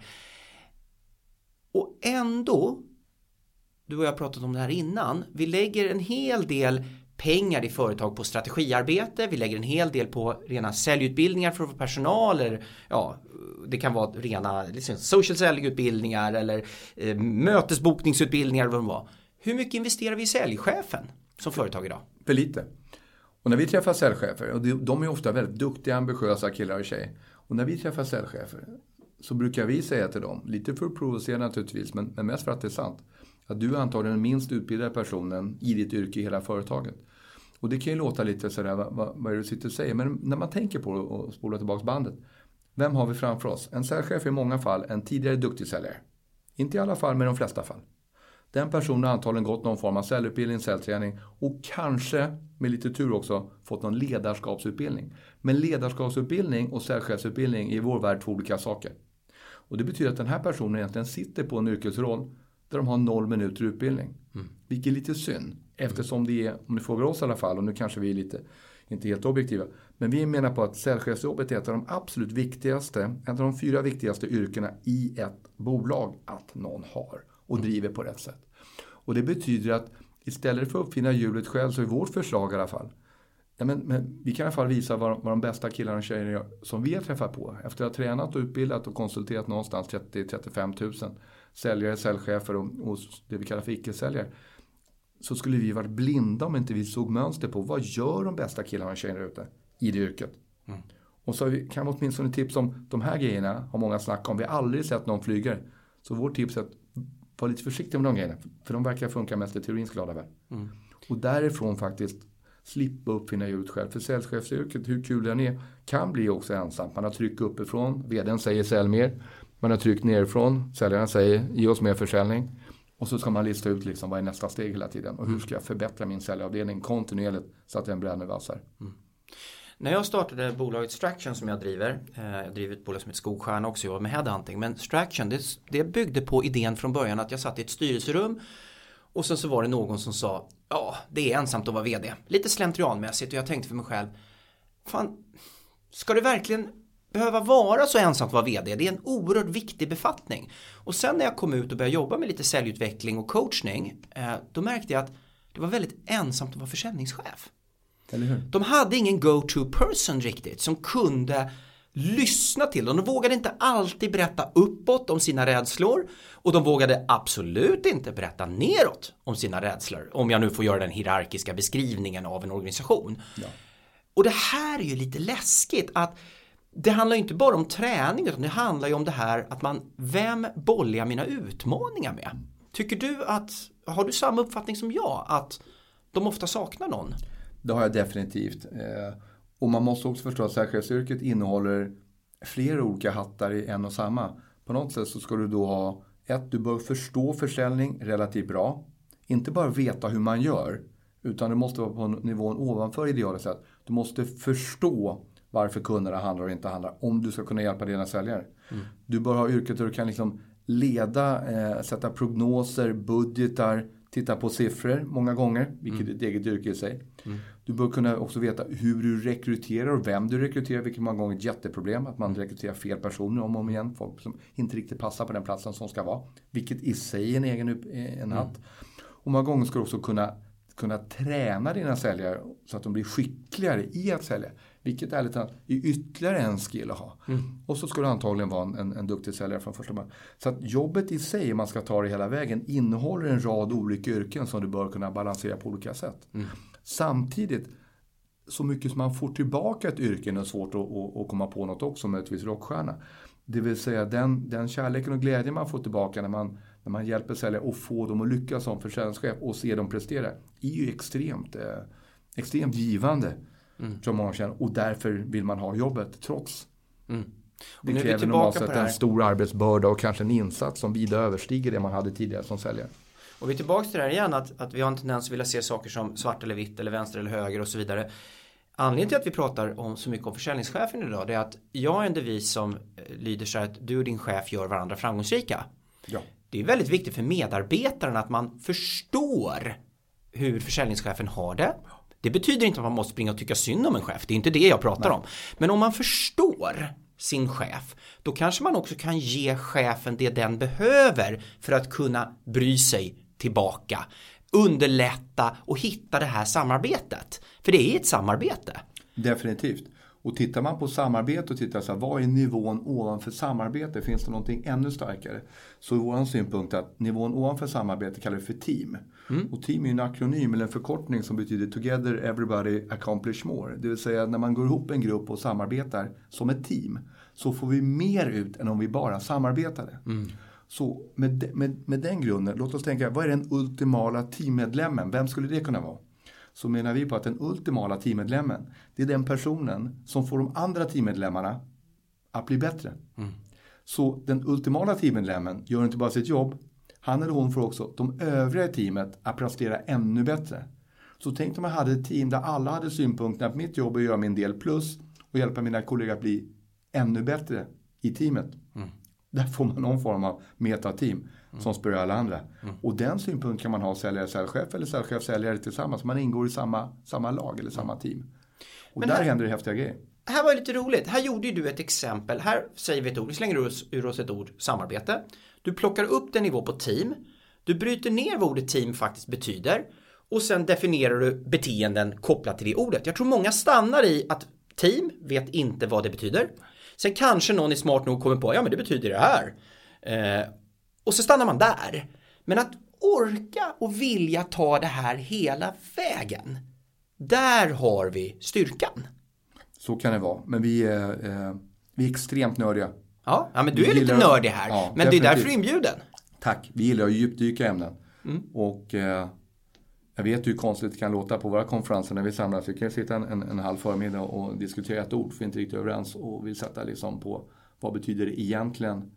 Och ändå, du och jag har pratat om det här innan, vi lägger en hel del pengar i företag på strategiarbete, vi lägger en hel del på rena säljutbildningar för personal, eller ja, det kan vara rena liksom, social säljutbildningar eller mötesbokningsutbildningar, vad det var. Hur mycket investerar vi i säljchefen som företag idag? För lite. Och när vi träffar säljchefer, och de är ofta väldigt duktiga, ambitiösa killar och tjejer, och när vi träffar säljchefer så brukar vi säga till dem, lite för att provocera naturligtvis, men mest för att det är sant, att du är antagligen den minst utbildade personen i ditt yrke i hela företaget. Och det kan ju låta lite sådär, vad är det du sitter och säger? Men när man tänker på det och spolar tillbaka bandet, vem har vi framför oss? En säljchef är i många fall en tidigare duktig säljare. Inte i alla fall, men i de flesta fall. Den personen har antagligen gått någon form av säljutbildning, säljträning och kanske med lite tur också fått någon ledarskapsutbildning. Men ledarskapsutbildning och säljchefsutbildning är i vår värld två olika saker. Och det betyder att den här personen egentligen sitter på en yrkesroll där de har 0 minuter utbildning. Vilket är lite synd. Eftersom det är, om ni frågar oss i alla fall, och nu kanske vi är lite, inte helt objektiva, men vi menar på att säljchefsjobbet är ett av de absolut viktigaste, ett av de 4 viktigaste yrkena i ett bolag att någon har och driver på rätt sätt. Och det betyder att istället för att uppfinna hjulet själv, så är vårt förslag i alla fall, men vi kan i alla fall visa vad de bästa killarna och tjejerna gör, som vi har träffat på. Efter att ha tränat och utbildat och konsulterat någonstans 30-35 000 säljare, säljchefer och det vi kallar för icke-säljare, så skulle vi varit blinda om inte vi såg mönster på vad gör de bästa killarna och tjejerna ute i det yrket. Och så kan vi åtminstone tips om de här grejerna, har många snack om. Vi har aldrig sett någon flygare. Så vårt tips är att vara lite försiktig med de grejerna, för de verkar funka mest i teorins glada värld. Och därifrån faktiskt slippa uppfinna hjulet själv. För säljchefsyrket, hur kul den är, kan bli också ensamt. Man har tryck uppifrån, vdn säger sälj mer. Man har tryck nerifrån, säljaren säger ge oss mer försäljning. Och så ska man lista ut liksom, vad är nästa steg hela tiden. Och hur ska jag förbättra min säljavdelning kontinuerligt så att den blir ännu vassare. När jag startade bolaget Straction som jag driver ett bolag som heter Skogstjärna också, jag var med headhunting, men Straction det byggde på idén från början att jag satt i ett styrelserum och sen så var det någon som sa, ja det är ensamt att vara vd, lite slentrianmässigt, och jag tänkte för mig själv, fan, ska det verkligen behöva vara så ensamt att vara vd? Det är en oerhört viktig befattning. Och sen när jag kom ut och började jobba med lite säljutveckling och coachning, då märkte jag att det var väldigt ensamt att vara försäljningschef. Eller hur? De hade ingen go-to person riktigt som kunde lyssna till dem. De vågade inte alltid berätta uppåt om sina rädslor, och de vågade absolut inte berätta neråt om sina rädslor, om jag nu får göra den hierarkiska beskrivningen av en organisation. Ja. Och det här är ju lite läskigt, att det handlar ju inte bara om träning, utan det handlar ju om det här att vem bollar jag mina utmaningar med? Tycker du har du samma uppfattning som jag, att de ofta saknar någon? Det har jag definitivt. Och man måste också förstå att säkerhetsyrket innehåller flera olika hattar i en och samma. På något sätt så ska du då ha du bör förstå försäljning relativt bra. Inte bara veta hur man gör, utan du måste vara på nivån ovanför idealet sett. Du måste förstå varför kunderna handlar och inte handlar, om du ska kunna hjälpa dina säljare. Du bör ha yrket där du kan liksom leda, sätta prognoser, budgetar, titta på siffror många gånger, vilket är ett eget yrke i sig. Du bör kunna också veta hur du rekryterar och vem du rekryterar, vilket många gånger är ett jätteproblem, att man rekryterar fel personer om och om igen, folk som inte riktigt passar på den platsen som ska vara, vilket i sig är en egen hatt. Och många gånger ska du också kunna träna dina säljare så att de blir skickligare i att sälja, vilket ärligt talat är ytterligare en skill att ha. Och så ska du antagligen vara en duktig säljare från första början. Så att jobbet i sig, om man ska ta det hela vägen, innehåller en rad olika yrken som du bör kunna balansera på olika sätt. Samtidigt, så mycket som man får tillbaka ett yrke är det svårt att komma på något också, möjligtvis rockstjärna. Det vill säga den kärleken och glädjen man får tillbaka när man hjälper säljare och får dem att lyckas som försäljningschef och se dem prestera, är ju extremt givande. Som många känner, och därför vill man ha jobbet trots. Det kräver normalt sett en stor arbetsbörda och kanske en insats som vida överstiger det man hade tidigare som säljare. Och vi är tillbaka till det här igen, att vi har en tendens att vilja se saker som svart eller vitt eller vänster eller höger och så vidare. Anledningen till att vi pratar så mycket om försäljningschefen idag, det är att jag har en devis som lyder så här, att du och din chef gör varandra framgångsrika. Ja. Det är väldigt viktigt för medarbetaren att man förstår hur försäljningschefen har det. Det betyder inte att man måste springa och tycka synd om en chef. Det är inte det jag pratar om. Men om man förstår sin chef, då kanske man också kan ge chefen det den behöver för att kunna bry sig tillbaka, underlätta och hitta det här samarbetet. För det är ett samarbete. Definitivt. Och tittar man på samarbete och tittar så här, vad är nivån ovanför samarbete? Finns det någonting ännu starkare? Så är vår synpunkt att nivån ovanför samarbete kallar vi för team. Och team är en akronym eller en förkortning som betyder Together Everybody Accomplish More. Det vill säga när man går ihop en grupp och samarbetar som ett team, så får vi mer ut än om vi bara samarbetade. Så med den grunden, låt oss tänka, vad är den ultimala teammedlemmen? Vem skulle det kunna vara? Så menar vi på att den ultimala teammedlemmen, det är den personen som får de andra teammedlemmarna att bli bättre. Så den ultimala teammedlemmen gör inte bara sitt jobb, han eller hon får också de övriga i teamet att prestera ännu bättre. Så tänk om jag hade ett team där alla hade synpunkter att mitt jobb är att göra min del plus och hjälpa mina kollegor att bli ännu bättre i teamet. Där får man någon form av metateam som spör alla andra. Och den synpunkt kan man ha säljare-säljchef eller säljchef-säljare tillsammans. Man ingår i samma lag eller samma team. Och men där händer det häftiga grejer. Här var lite roligt. Här gjorde du ett exempel. Här säger vi ett ord. Vi slänger ur oss ett ord, samarbete. Du plockar upp den nivå på team. Du bryter ner vad ordet team faktiskt betyder. Och sen definierar du beteenden kopplat till det ordet. Jag tror många stannar i att team vet inte vad det betyder. Sen kanske någon är smart nog kommer på, ja men det betyder det här. Och så stannar man där. Men att orka och vilja ta det här hela vägen. Där har vi styrkan. Så kan det vara. Men vi är extremt nördiga. Ja, men du är lite nördig här. Ja, men definitivt. Det är därför du är inbjuden. Tack. Vi gillar att djupdyka ämnen. Och jag vet hur konstigt det kan låta på våra konferenser när vi samlas. Vi kan sitta en halv förmiddag och diskutera ett ord. För vi är inte riktigt överens. Och vi sätter liksom på vad betyder det egentligen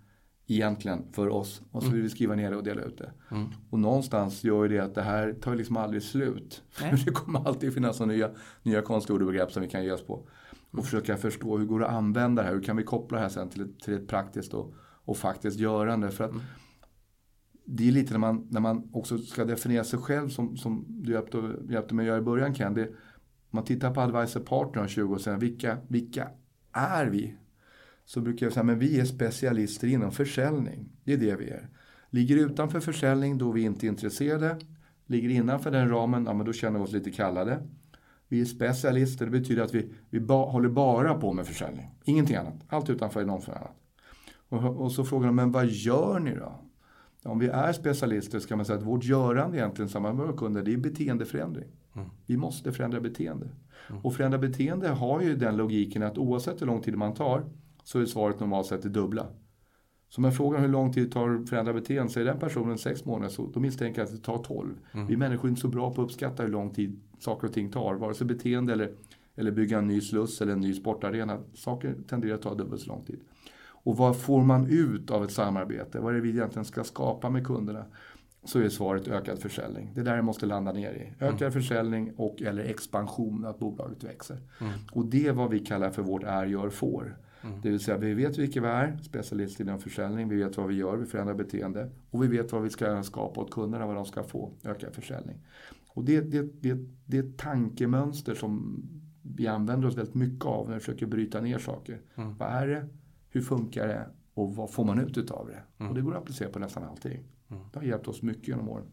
egentligen för oss. Och så vill vi skriva ner det och dela ut det. Och någonstans gör ju det att det här tar liksom aldrig slut. För det kommer alltid finnas nya konstiga ord och begrepp som vi kan ge oss på. Och försöka förstå hur går det att använda det här. Hur kan vi koppla det här sen till ett praktiskt och faktiskt görande. För att det är lite när man också ska definiera sig själv som du hjälpte mig att göra i början, Ken. Man tittar på Advisor Partner om 20 år sedan. Vilka är vi? Så brukar jag säga, men vi är specialister inom försäljning. Det är det vi är. Ligger utanför försäljning, då är vi inte intresserade. Ligger innanför den ramen, ja, men då känner vi oss lite kallade. Vi är specialister, det betyder att vi håller bara på med försäljning. Ingenting annat. Allt utanför är någon för annat. Och så frågar de, men vad gör ni då? Om vi är specialister så kan man säga att vårt görande egentligen samma med våra kunder, det är beteendeförändring. Vi måste förändra beteende. Och förändra beteende har ju den logiken att oavsett hur lång tid man tar så är svaret normalt sett det dubbla. Så man frågar hur lång tid det tar att förändra beteende, säger den personen 6 månader, så då misstänker jag att det tar 12. Vi människor är inte så bra på att uppskatta hur lång tid saker och ting tar. Vare sig beteende eller bygga en ny sluss eller en ny sportarena. Saker tenderar att ta dubbelt så lång tid. Och vad får man ut av ett samarbete? Vad är det vi egentligen ska skapa med kunderna? Så är svaret ökad försäljning. Det är där det måste landa ner i. Ökad försäljning och eller expansion, att bolaget växer. Och det är vad vi kallar för vårt är, gör, får. Det vill säga vi vet vilka vi är, specialister inom försäljning, vi vet vad vi gör, vi förändrar beteende och vi vet vad vi ska skapa åt kunderna, vad de ska få, ökad försäljning. Och det är ett tankemönster som vi använder oss väldigt mycket av när vi försöker bryta ner saker. Vad är det? Hur funkar det? Och vad får man ut av det? Och det går att applicera på nästan allting. Det har hjälpt oss mycket genom åren.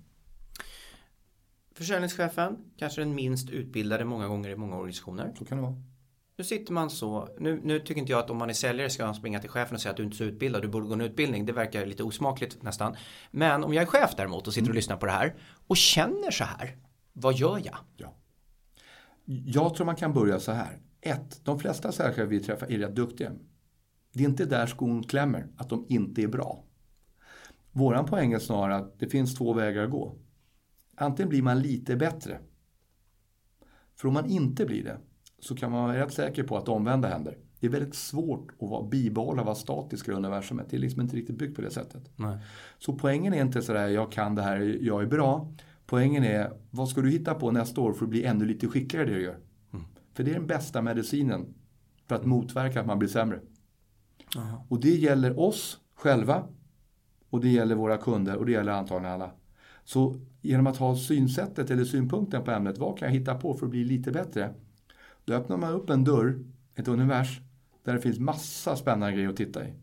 Försäljningschefen, kanske den minst utbildade många gånger i många organisationer. Så kan det vara. Nu sitter man så, nu tycker inte jag att om man är säljare ska man springa till chefen och säga att du inte är så utbildad, du borde gå en utbildning. Det verkar lite osmakligt nästan. Men om jag är chef däremot och sitter och lyssnar på det här och känner så här, vad gör jag? Ja. Jag tror man kan börja så här. 1. De flesta säljare vi träffar är rätt duktiga. Det är inte där skon klämmer, att de inte är bra. Våran poäng är snarare att det finns 2 vägar att gå. Antingen blir man lite bättre. För om man inte blir det så kan man vara rätt säker på att omvända händer. Det är väldigt svårt att bibehålla vara statiska i universumet. Det är liksom inte riktigt byggt på det sättet. Nej. Så poängen är inte sådär, jag kan det här, jag är bra. Poängen är, vad ska du hitta på nästa år för att bli ännu lite skickligare i det du gör? För det är den bästa medicinen för att motverka att man blir sämre. Och det gäller oss själva och det gäller våra kunder och det gäller antagligen alla. Så genom att ha synsättet eller synpunkten på ämnet, vad kan jag hitta på för att bli lite bättre? Då öppnar man upp en dörr, ett univers, där det finns massa spännande grejer att titta i.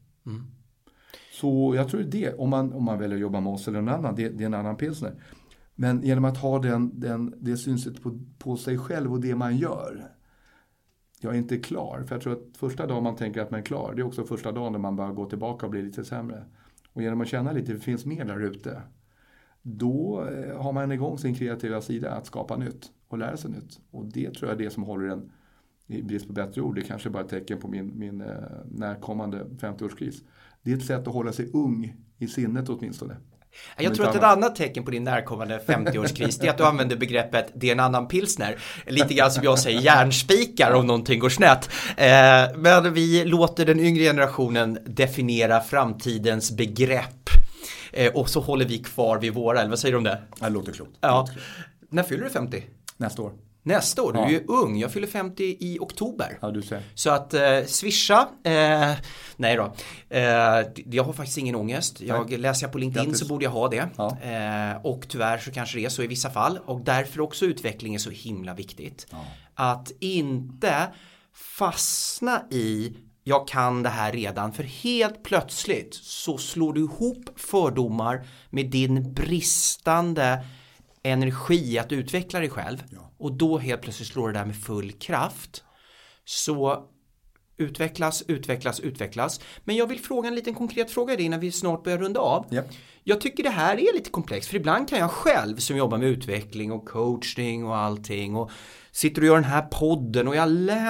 Så jag tror det, om man väljer att jobba med oss eller någon annan, det är en annan pilsner. Men genom att ha det synsättet på sig själv och det man gör. Jag är inte klar, för jag tror att första dagen man tänker att man är klar, det är också första dagen när man bara går tillbaka och blir lite sämre. Och genom att känna lite, det finns mer där ute. Då har man igång sin kreativa sida att skapa nytt och lära sig nytt. Och det tror jag är det som håller en, i brist på bättre ord, det kanske bara är ett tecken på min närkommande 50-årskris. Det är ett sätt att hålla sig ung i sinnet åtminstone. Jag tror att ett annat tecken på din närkommande 50-årskris är att du använder begreppet det är en annan pilsner. Lite grann som jag säger järnspikar om någonting går snett. Men vi låter den yngre generationen definiera framtidens begrepp. Och så håller vi kvar vid våra, eller vad säger du om det? Det låter klokt. Ja. När fyller du 50? Nästa år. Nästa år, du är ju ung. Jag fyller 50 i oktober. Ja, du ser. Så att swisha, nej då. Jag har faktiskt ingen ångest. Läser jag på LinkedIn så borde jag ha det. Ja. Och tyvärr så kanske det är så i vissa fall. Och därför också utveckling är så himla viktigt. Ja. Att inte fastna i jag kan det här redan. För helt plötsligt så slår du ihop fördomar med din bristande energi att utveckla dig själv. Ja. Och då helt plötsligt slår det där med full kraft. Så utvecklas. Men jag vill fråga en liten konkret fråga innan vi snart börjar runda av. Ja. Jag tycker det här är lite komplext. För ibland kan jag själv som jobbar med utveckling och coaching och allting. Och sitter och gör den här podden och jag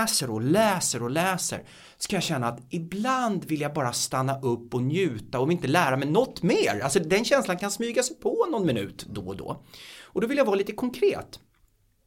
läser. Ska jag känna att ibland vill jag bara stanna upp och njuta och inte lära mig något mer. Alltså den känslan kan smyga sig på någon minut då och då. Och då vill jag vara lite konkret.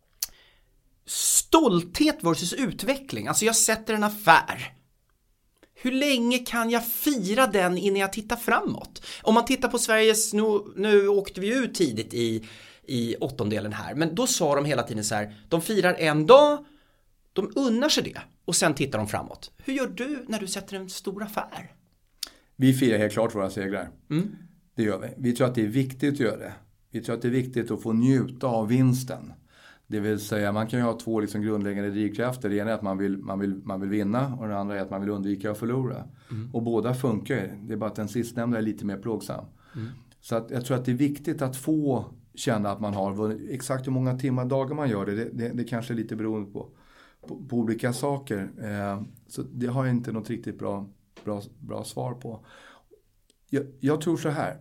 Stolthet versus utveckling. Alltså jag sätter en affär. hur länge kan jag fira den innan jag tittar framåt? Om man tittar på Sveriges, nu åkte vi ut tidigt i åttondelen här, men då sa de hela tiden så här, de firar en dag, de unnar sig det och sen tittar de framåt. Hur gör du när du sätter en stor affär? Vi firar helt klart våra segrar. Det gör vi. Vi tror att det är viktigt att göra det. Vi tror att det är viktigt att få njuta av vinsten. Det vill säga, man kan ju ha två liksom grundläggande drivkrafter. Det ena är att man vill vinna och det andra är att man vill undvika att förlora. Och båda funkar. Det är bara att den sistnämnda är lite mer plågsam. Så att jag tror att det är viktigt att få känna att man har exakt hur många timmar, dagar man gör det. Det kanske är lite beroende på olika saker. Så det har jag inte något riktigt bra svar på. Jag tror så här.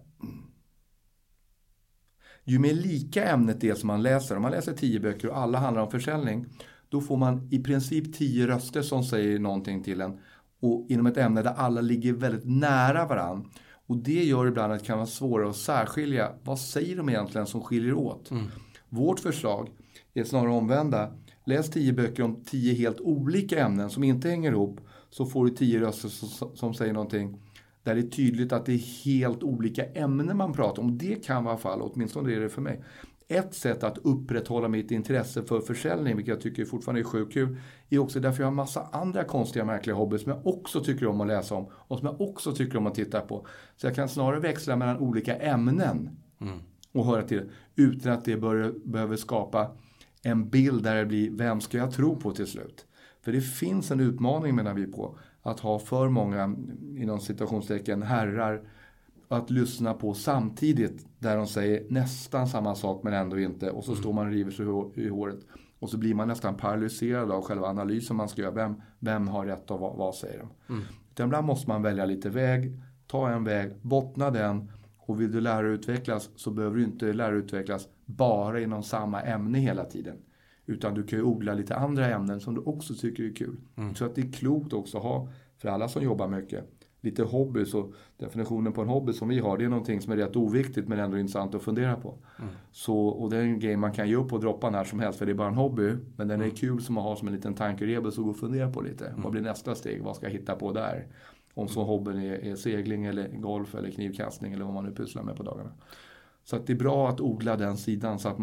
Ju mer lika ämnet är som man läser, om man läser 10 böcker och alla handlar om försäljning, då får man i princip 10 röster som säger någonting till en. Och inom ett ämne där alla ligger väldigt nära varann. Och det gör ibland att det kan vara svårare att särskilja. Vad säger de egentligen som skiljer åt? Vårt förslag är snarare omvända. Läs 10 böcker om 10 helt olika ämnen som inte hänger ihop. Så får du 10 röster som säger någonting. Där det är tydligt att det är helt olika ämnen man pratar om. Det kan vara fall, åtminstone är det för mig. Ett sätt att upprätthålla mitt intresse för försäljning, vilket jag tycker fortfarande är sjukt kul, är också därför jag har en massa andra konstiga, märkliga hobbies som jag också tycker om att läsa om och som jag också tycker om att titta på. Så jag kan snarare växla mellan olika ämnen och höra till, utan att det behöver skapa en bild där det blir, vem ska jag tro på till slut? För det finns en utmaning, menar vi på, att ha för många, inom citationstecken, herrar att lyssna på samtidigt, där de säger nästan samma sak men ändå inte, och så står man och river sig i håret och så blir man nästan paralyserad av själva analysen man ska göra. Vem har rätt och vad säger de? Utan ibland måste man välja lite väg, ta en väg, bottna den, och vill du lära utvecklas så behöver du inte lära utvecklas bara inom samma ämne hela tiden. Utan du kan ju odla lite andra ämnen som du också tycker är kul. Så att det är klokt också att ha, för alla som jobbar mycket, lite hobby. Så definitionen på en hobby som vi har, det är någonting som är rätt oviktigt men ändå intressant att fundera på. Så, och det är en grej man kan ge upp och droppa när som helst, för det är bara en hobby. Men den är kul som att ha som en liten tankerebus och gå och fundera på lite. Vad blir nästa steg? Vad ska jag hitta på där? Om så hobbyn är segling eller golf eller knivkastning eller vad man nu pysslar med på dagarna. Så att det är bra att odla den sidan så att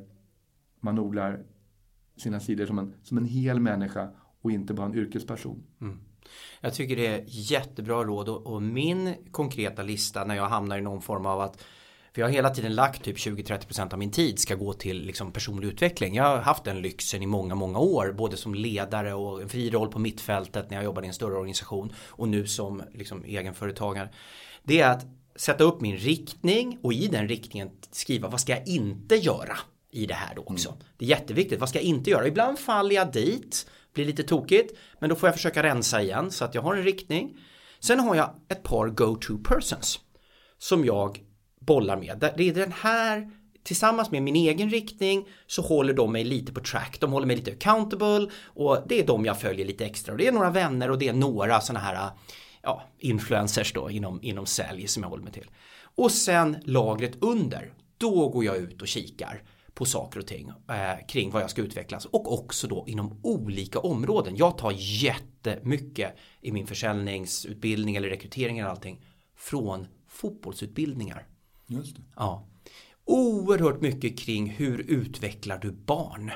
man odlar sina sidor som en hel människa och inte bara en yrkesperson. Jag tycker det är jättebra råd, och min konkreta lista när jag hamnar i någon form av att, för jag har hela tiden lagt typ 20-30% av min tid ska gå till liksom personlig utveckling. Jag har haft den lyxen i många år, både som ledare och en fri roll på mittfältet när jag jobbade i en större organisation och nu som liksom egenföretagare. Det är att sätta upp min riktning och i den riktningen skriva vad ska jag inte göra i det här då också. Det är jätteviktigt, vad ska jag inte göra? Ibland faller jag dit, blir lite tokigt, men då får jag försöka rensa igen så att jag har en riktning. Sen har jag ett par go-to persons som jag bollar med. Det är den här, tillsammans med min egen riktning så håller de mig lite på track. De håller mig lite accountable och det är de jag följer lite extra. Och det är några vänner och det är några sådana här influencers då inom sälj som jag håller mig till. Och sen lagret under, då går jag ut och kikar på saker och ting kring vad jag ska utvecklas, och också då inom olika områden. Jag tar jättemycket i min försäljningsutbildning eller rekrytering eller allting från fotbollsutbildningar. Just det. Ja. Oerhört mycket kring hur utvecklar du barn.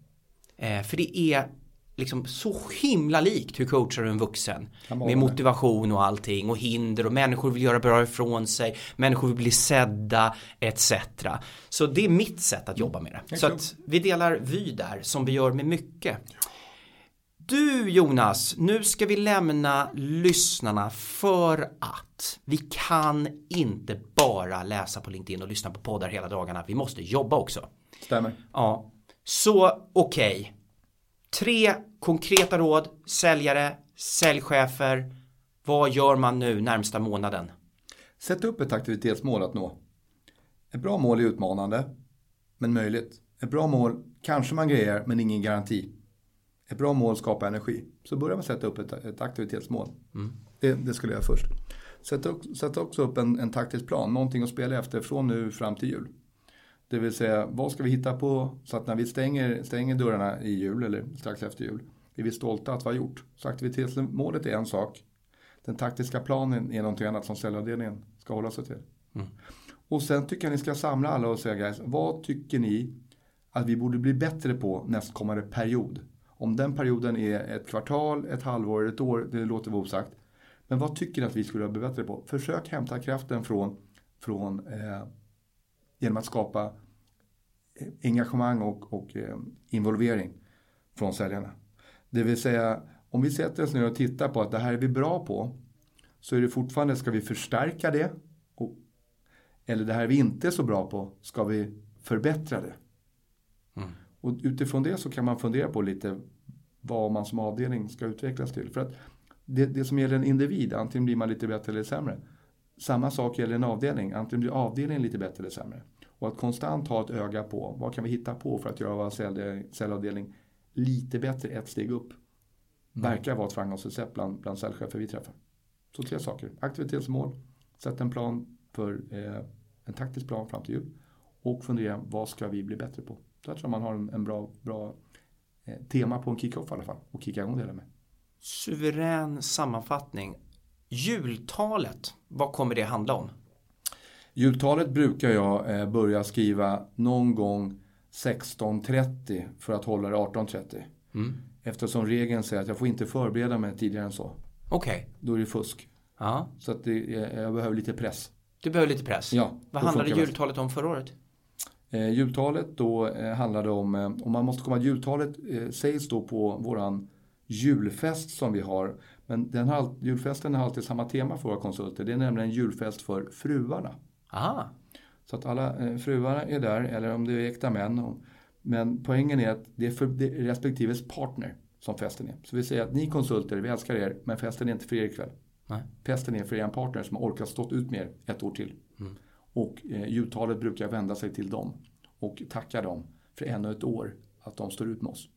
För det är liksom så himla likt hur coachar du en vuxen med motivation och allting och hinder, och människor vill göra bra ifrån sig, människor vill bli sedda etc. Så det är mitt sätt att jobba med det. Så att vi delar vy där som vi gör med mycket. Du Jonas, nu ska vi lämna lyssnarna för att vi kan inte bara läsa på LinkedIn och lyssna på poddar hela dagarna. Vi måste jobba också. Stämmer. Ja. Så okej. 3 konkreta råd, säljare, säljchefer. Vad gör man nu närmsta månaden? Sätt upp ett aktivitetsmål att nå. Ett bra mål är utmanande, men möjligt. Ett bra mål kanske man grejer, men ingen garanti. Ett bra mål skapar energi. Så börja med att sätta upp ett aktivitetsmål. Det skulle jag först. Sätt också upp en taktisk plan. Någonting att spela efter från nu fram till jul. Det vill säga, vad ska vi hitta på så att när vi stänger dörrarna i jul eller strax efter jul är vi stolta att vi har gjort. Så aktivitetsmålet är en sak. Den taktiska planen är någonting annat som säljavdelningen ska hålla sig till. Och sen tycker jag ni ska samla alla och säga, guys, vad tycker ni att vi borde bli bättre på nästkommande period? Om den perioden är ett kvartal, ett halvår, ett år, det låter vara osagt. Men vad tycker ni att vi skulle bli bättre på? Försök hämta kraften genom att skapa engagemang och involvering från säljarna. Det vill säga, om vi sätter oss ner och tittar på att det här är vi bra på, så är det fortfarande, ska vi förstärka det? Eller det här är vi inte så bra på, ska vi förbättra det? Och utifrån det så kan man fundera på lite vad man som avdelning ska utvecklas till. För att det som gäller en individ, antingen blir man lite bättre eller sämre. Samma sak gäller en avdelning, antingen blir avdelningen lite bättre eller sämre. Och att konstant ha ett öga på, vad kan vi hitta på för att göra vår säljavdelning lite bättre, ett steg upp. Verkar vara ett framgångsrecept bland säljchefer vi träffar. Så 3 saker. Aktivitetsmål, sätt en plan för en taktisk plan fram till jul. Och fundera, vad ska vi bli bättre på? Där tror jag man har en bra tema på en kick-off i alla fall. Och kicka igång det med. Suverän sammanfattning. Jultalet, vad kommer det handla om? Jultalet brukar jag börja skriva någon gång 16.30 för att hålla det 18.30. Eftersom regeln säger att jag får inte förbereda mig tidigare än så. Okej. Då är det fusk. Ja. Så att jag behöver lite press. Du behöver lite press? Ja. Vad handlade jultalet om förra året? Jultalet då handlade om man måste komma, jultalet sägs då på våran julfest som vi har. Men julfesten har alltid samma tema för våra konsulter. Det är nämligen en julfest för fruarna. Aha. Så att alla fruarna är där, eller om det är äkta män. Men poängen är att det är för respektives partner som festen är. Så vi säger att ni konsulter, vi älskar er, men festen är inte för er ikväll. Nej. Festen är för er partner som har orkat stått ut med er ett år till. Och jultalet brukar vända sig till dem och tacka dem för ännu ett år att de står ut med oss.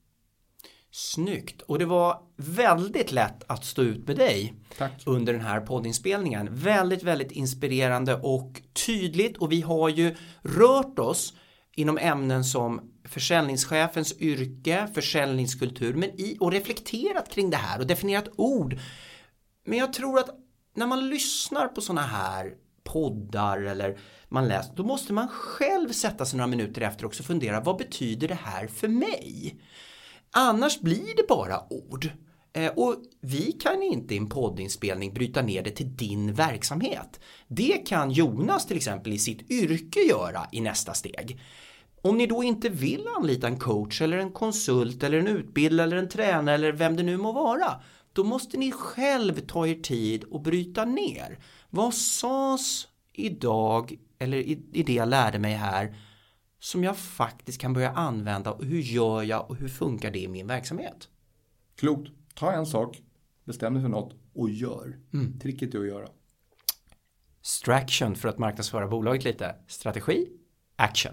Snyggt. Och det var väldigt lätt att stå ut med dig. Tack. Under den här poddinspelningen. Väldigt, väldigt inspirerande och tydligt. Och vi har ju rört oss inom ämnen som försäljningschefens yrke, försäljningskultur och reflekterat kring det här och definierat ord. Men jag tror att när man lyssnar på såna här poddar eller man läser, då måste man själv sätta sig några minuter efter också och fundera, vad betyder det här för mig? Annars blir det bara ord. Och vi kan inte i en poddinspelning bryta ner det till din verksamhet. Det kan Jonas till exempel i sitt yrke göra i nästa steg. Om ni då inte vill anlita en coach eller en konsult eller en utbildare eller en tränare eller vem det nu må vara, då måste ni själv ta er tid och bryta ner. Vad sades idag eller i det jag lärde mig här som jag faktiskt kan börja använda, och hur gör jag och hur funkar det i min verksamhet? Klokt. Ta en sak, bestäm dig för något och gör. Tricket är att göra. Straction för att marknadsföra bolaget lite. Strategi, action.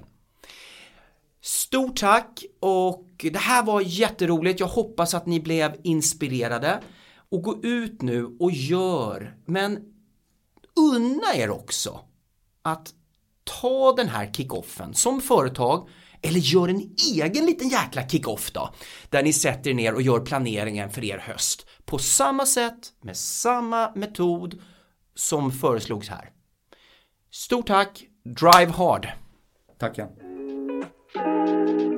Stort tack, och det här var jätteroligt. Jag hoppas att ni blev inspirerade. Och gå ut nu och gör. Men unna er också att ta den här kickoffen som företag, eller gör en egen liten jäkla kickoff då, där ni sätter er ner och gör planeringen för er höst på samma sätt med samma metod som föreslogs här. Stort tack, drive hard. Tack.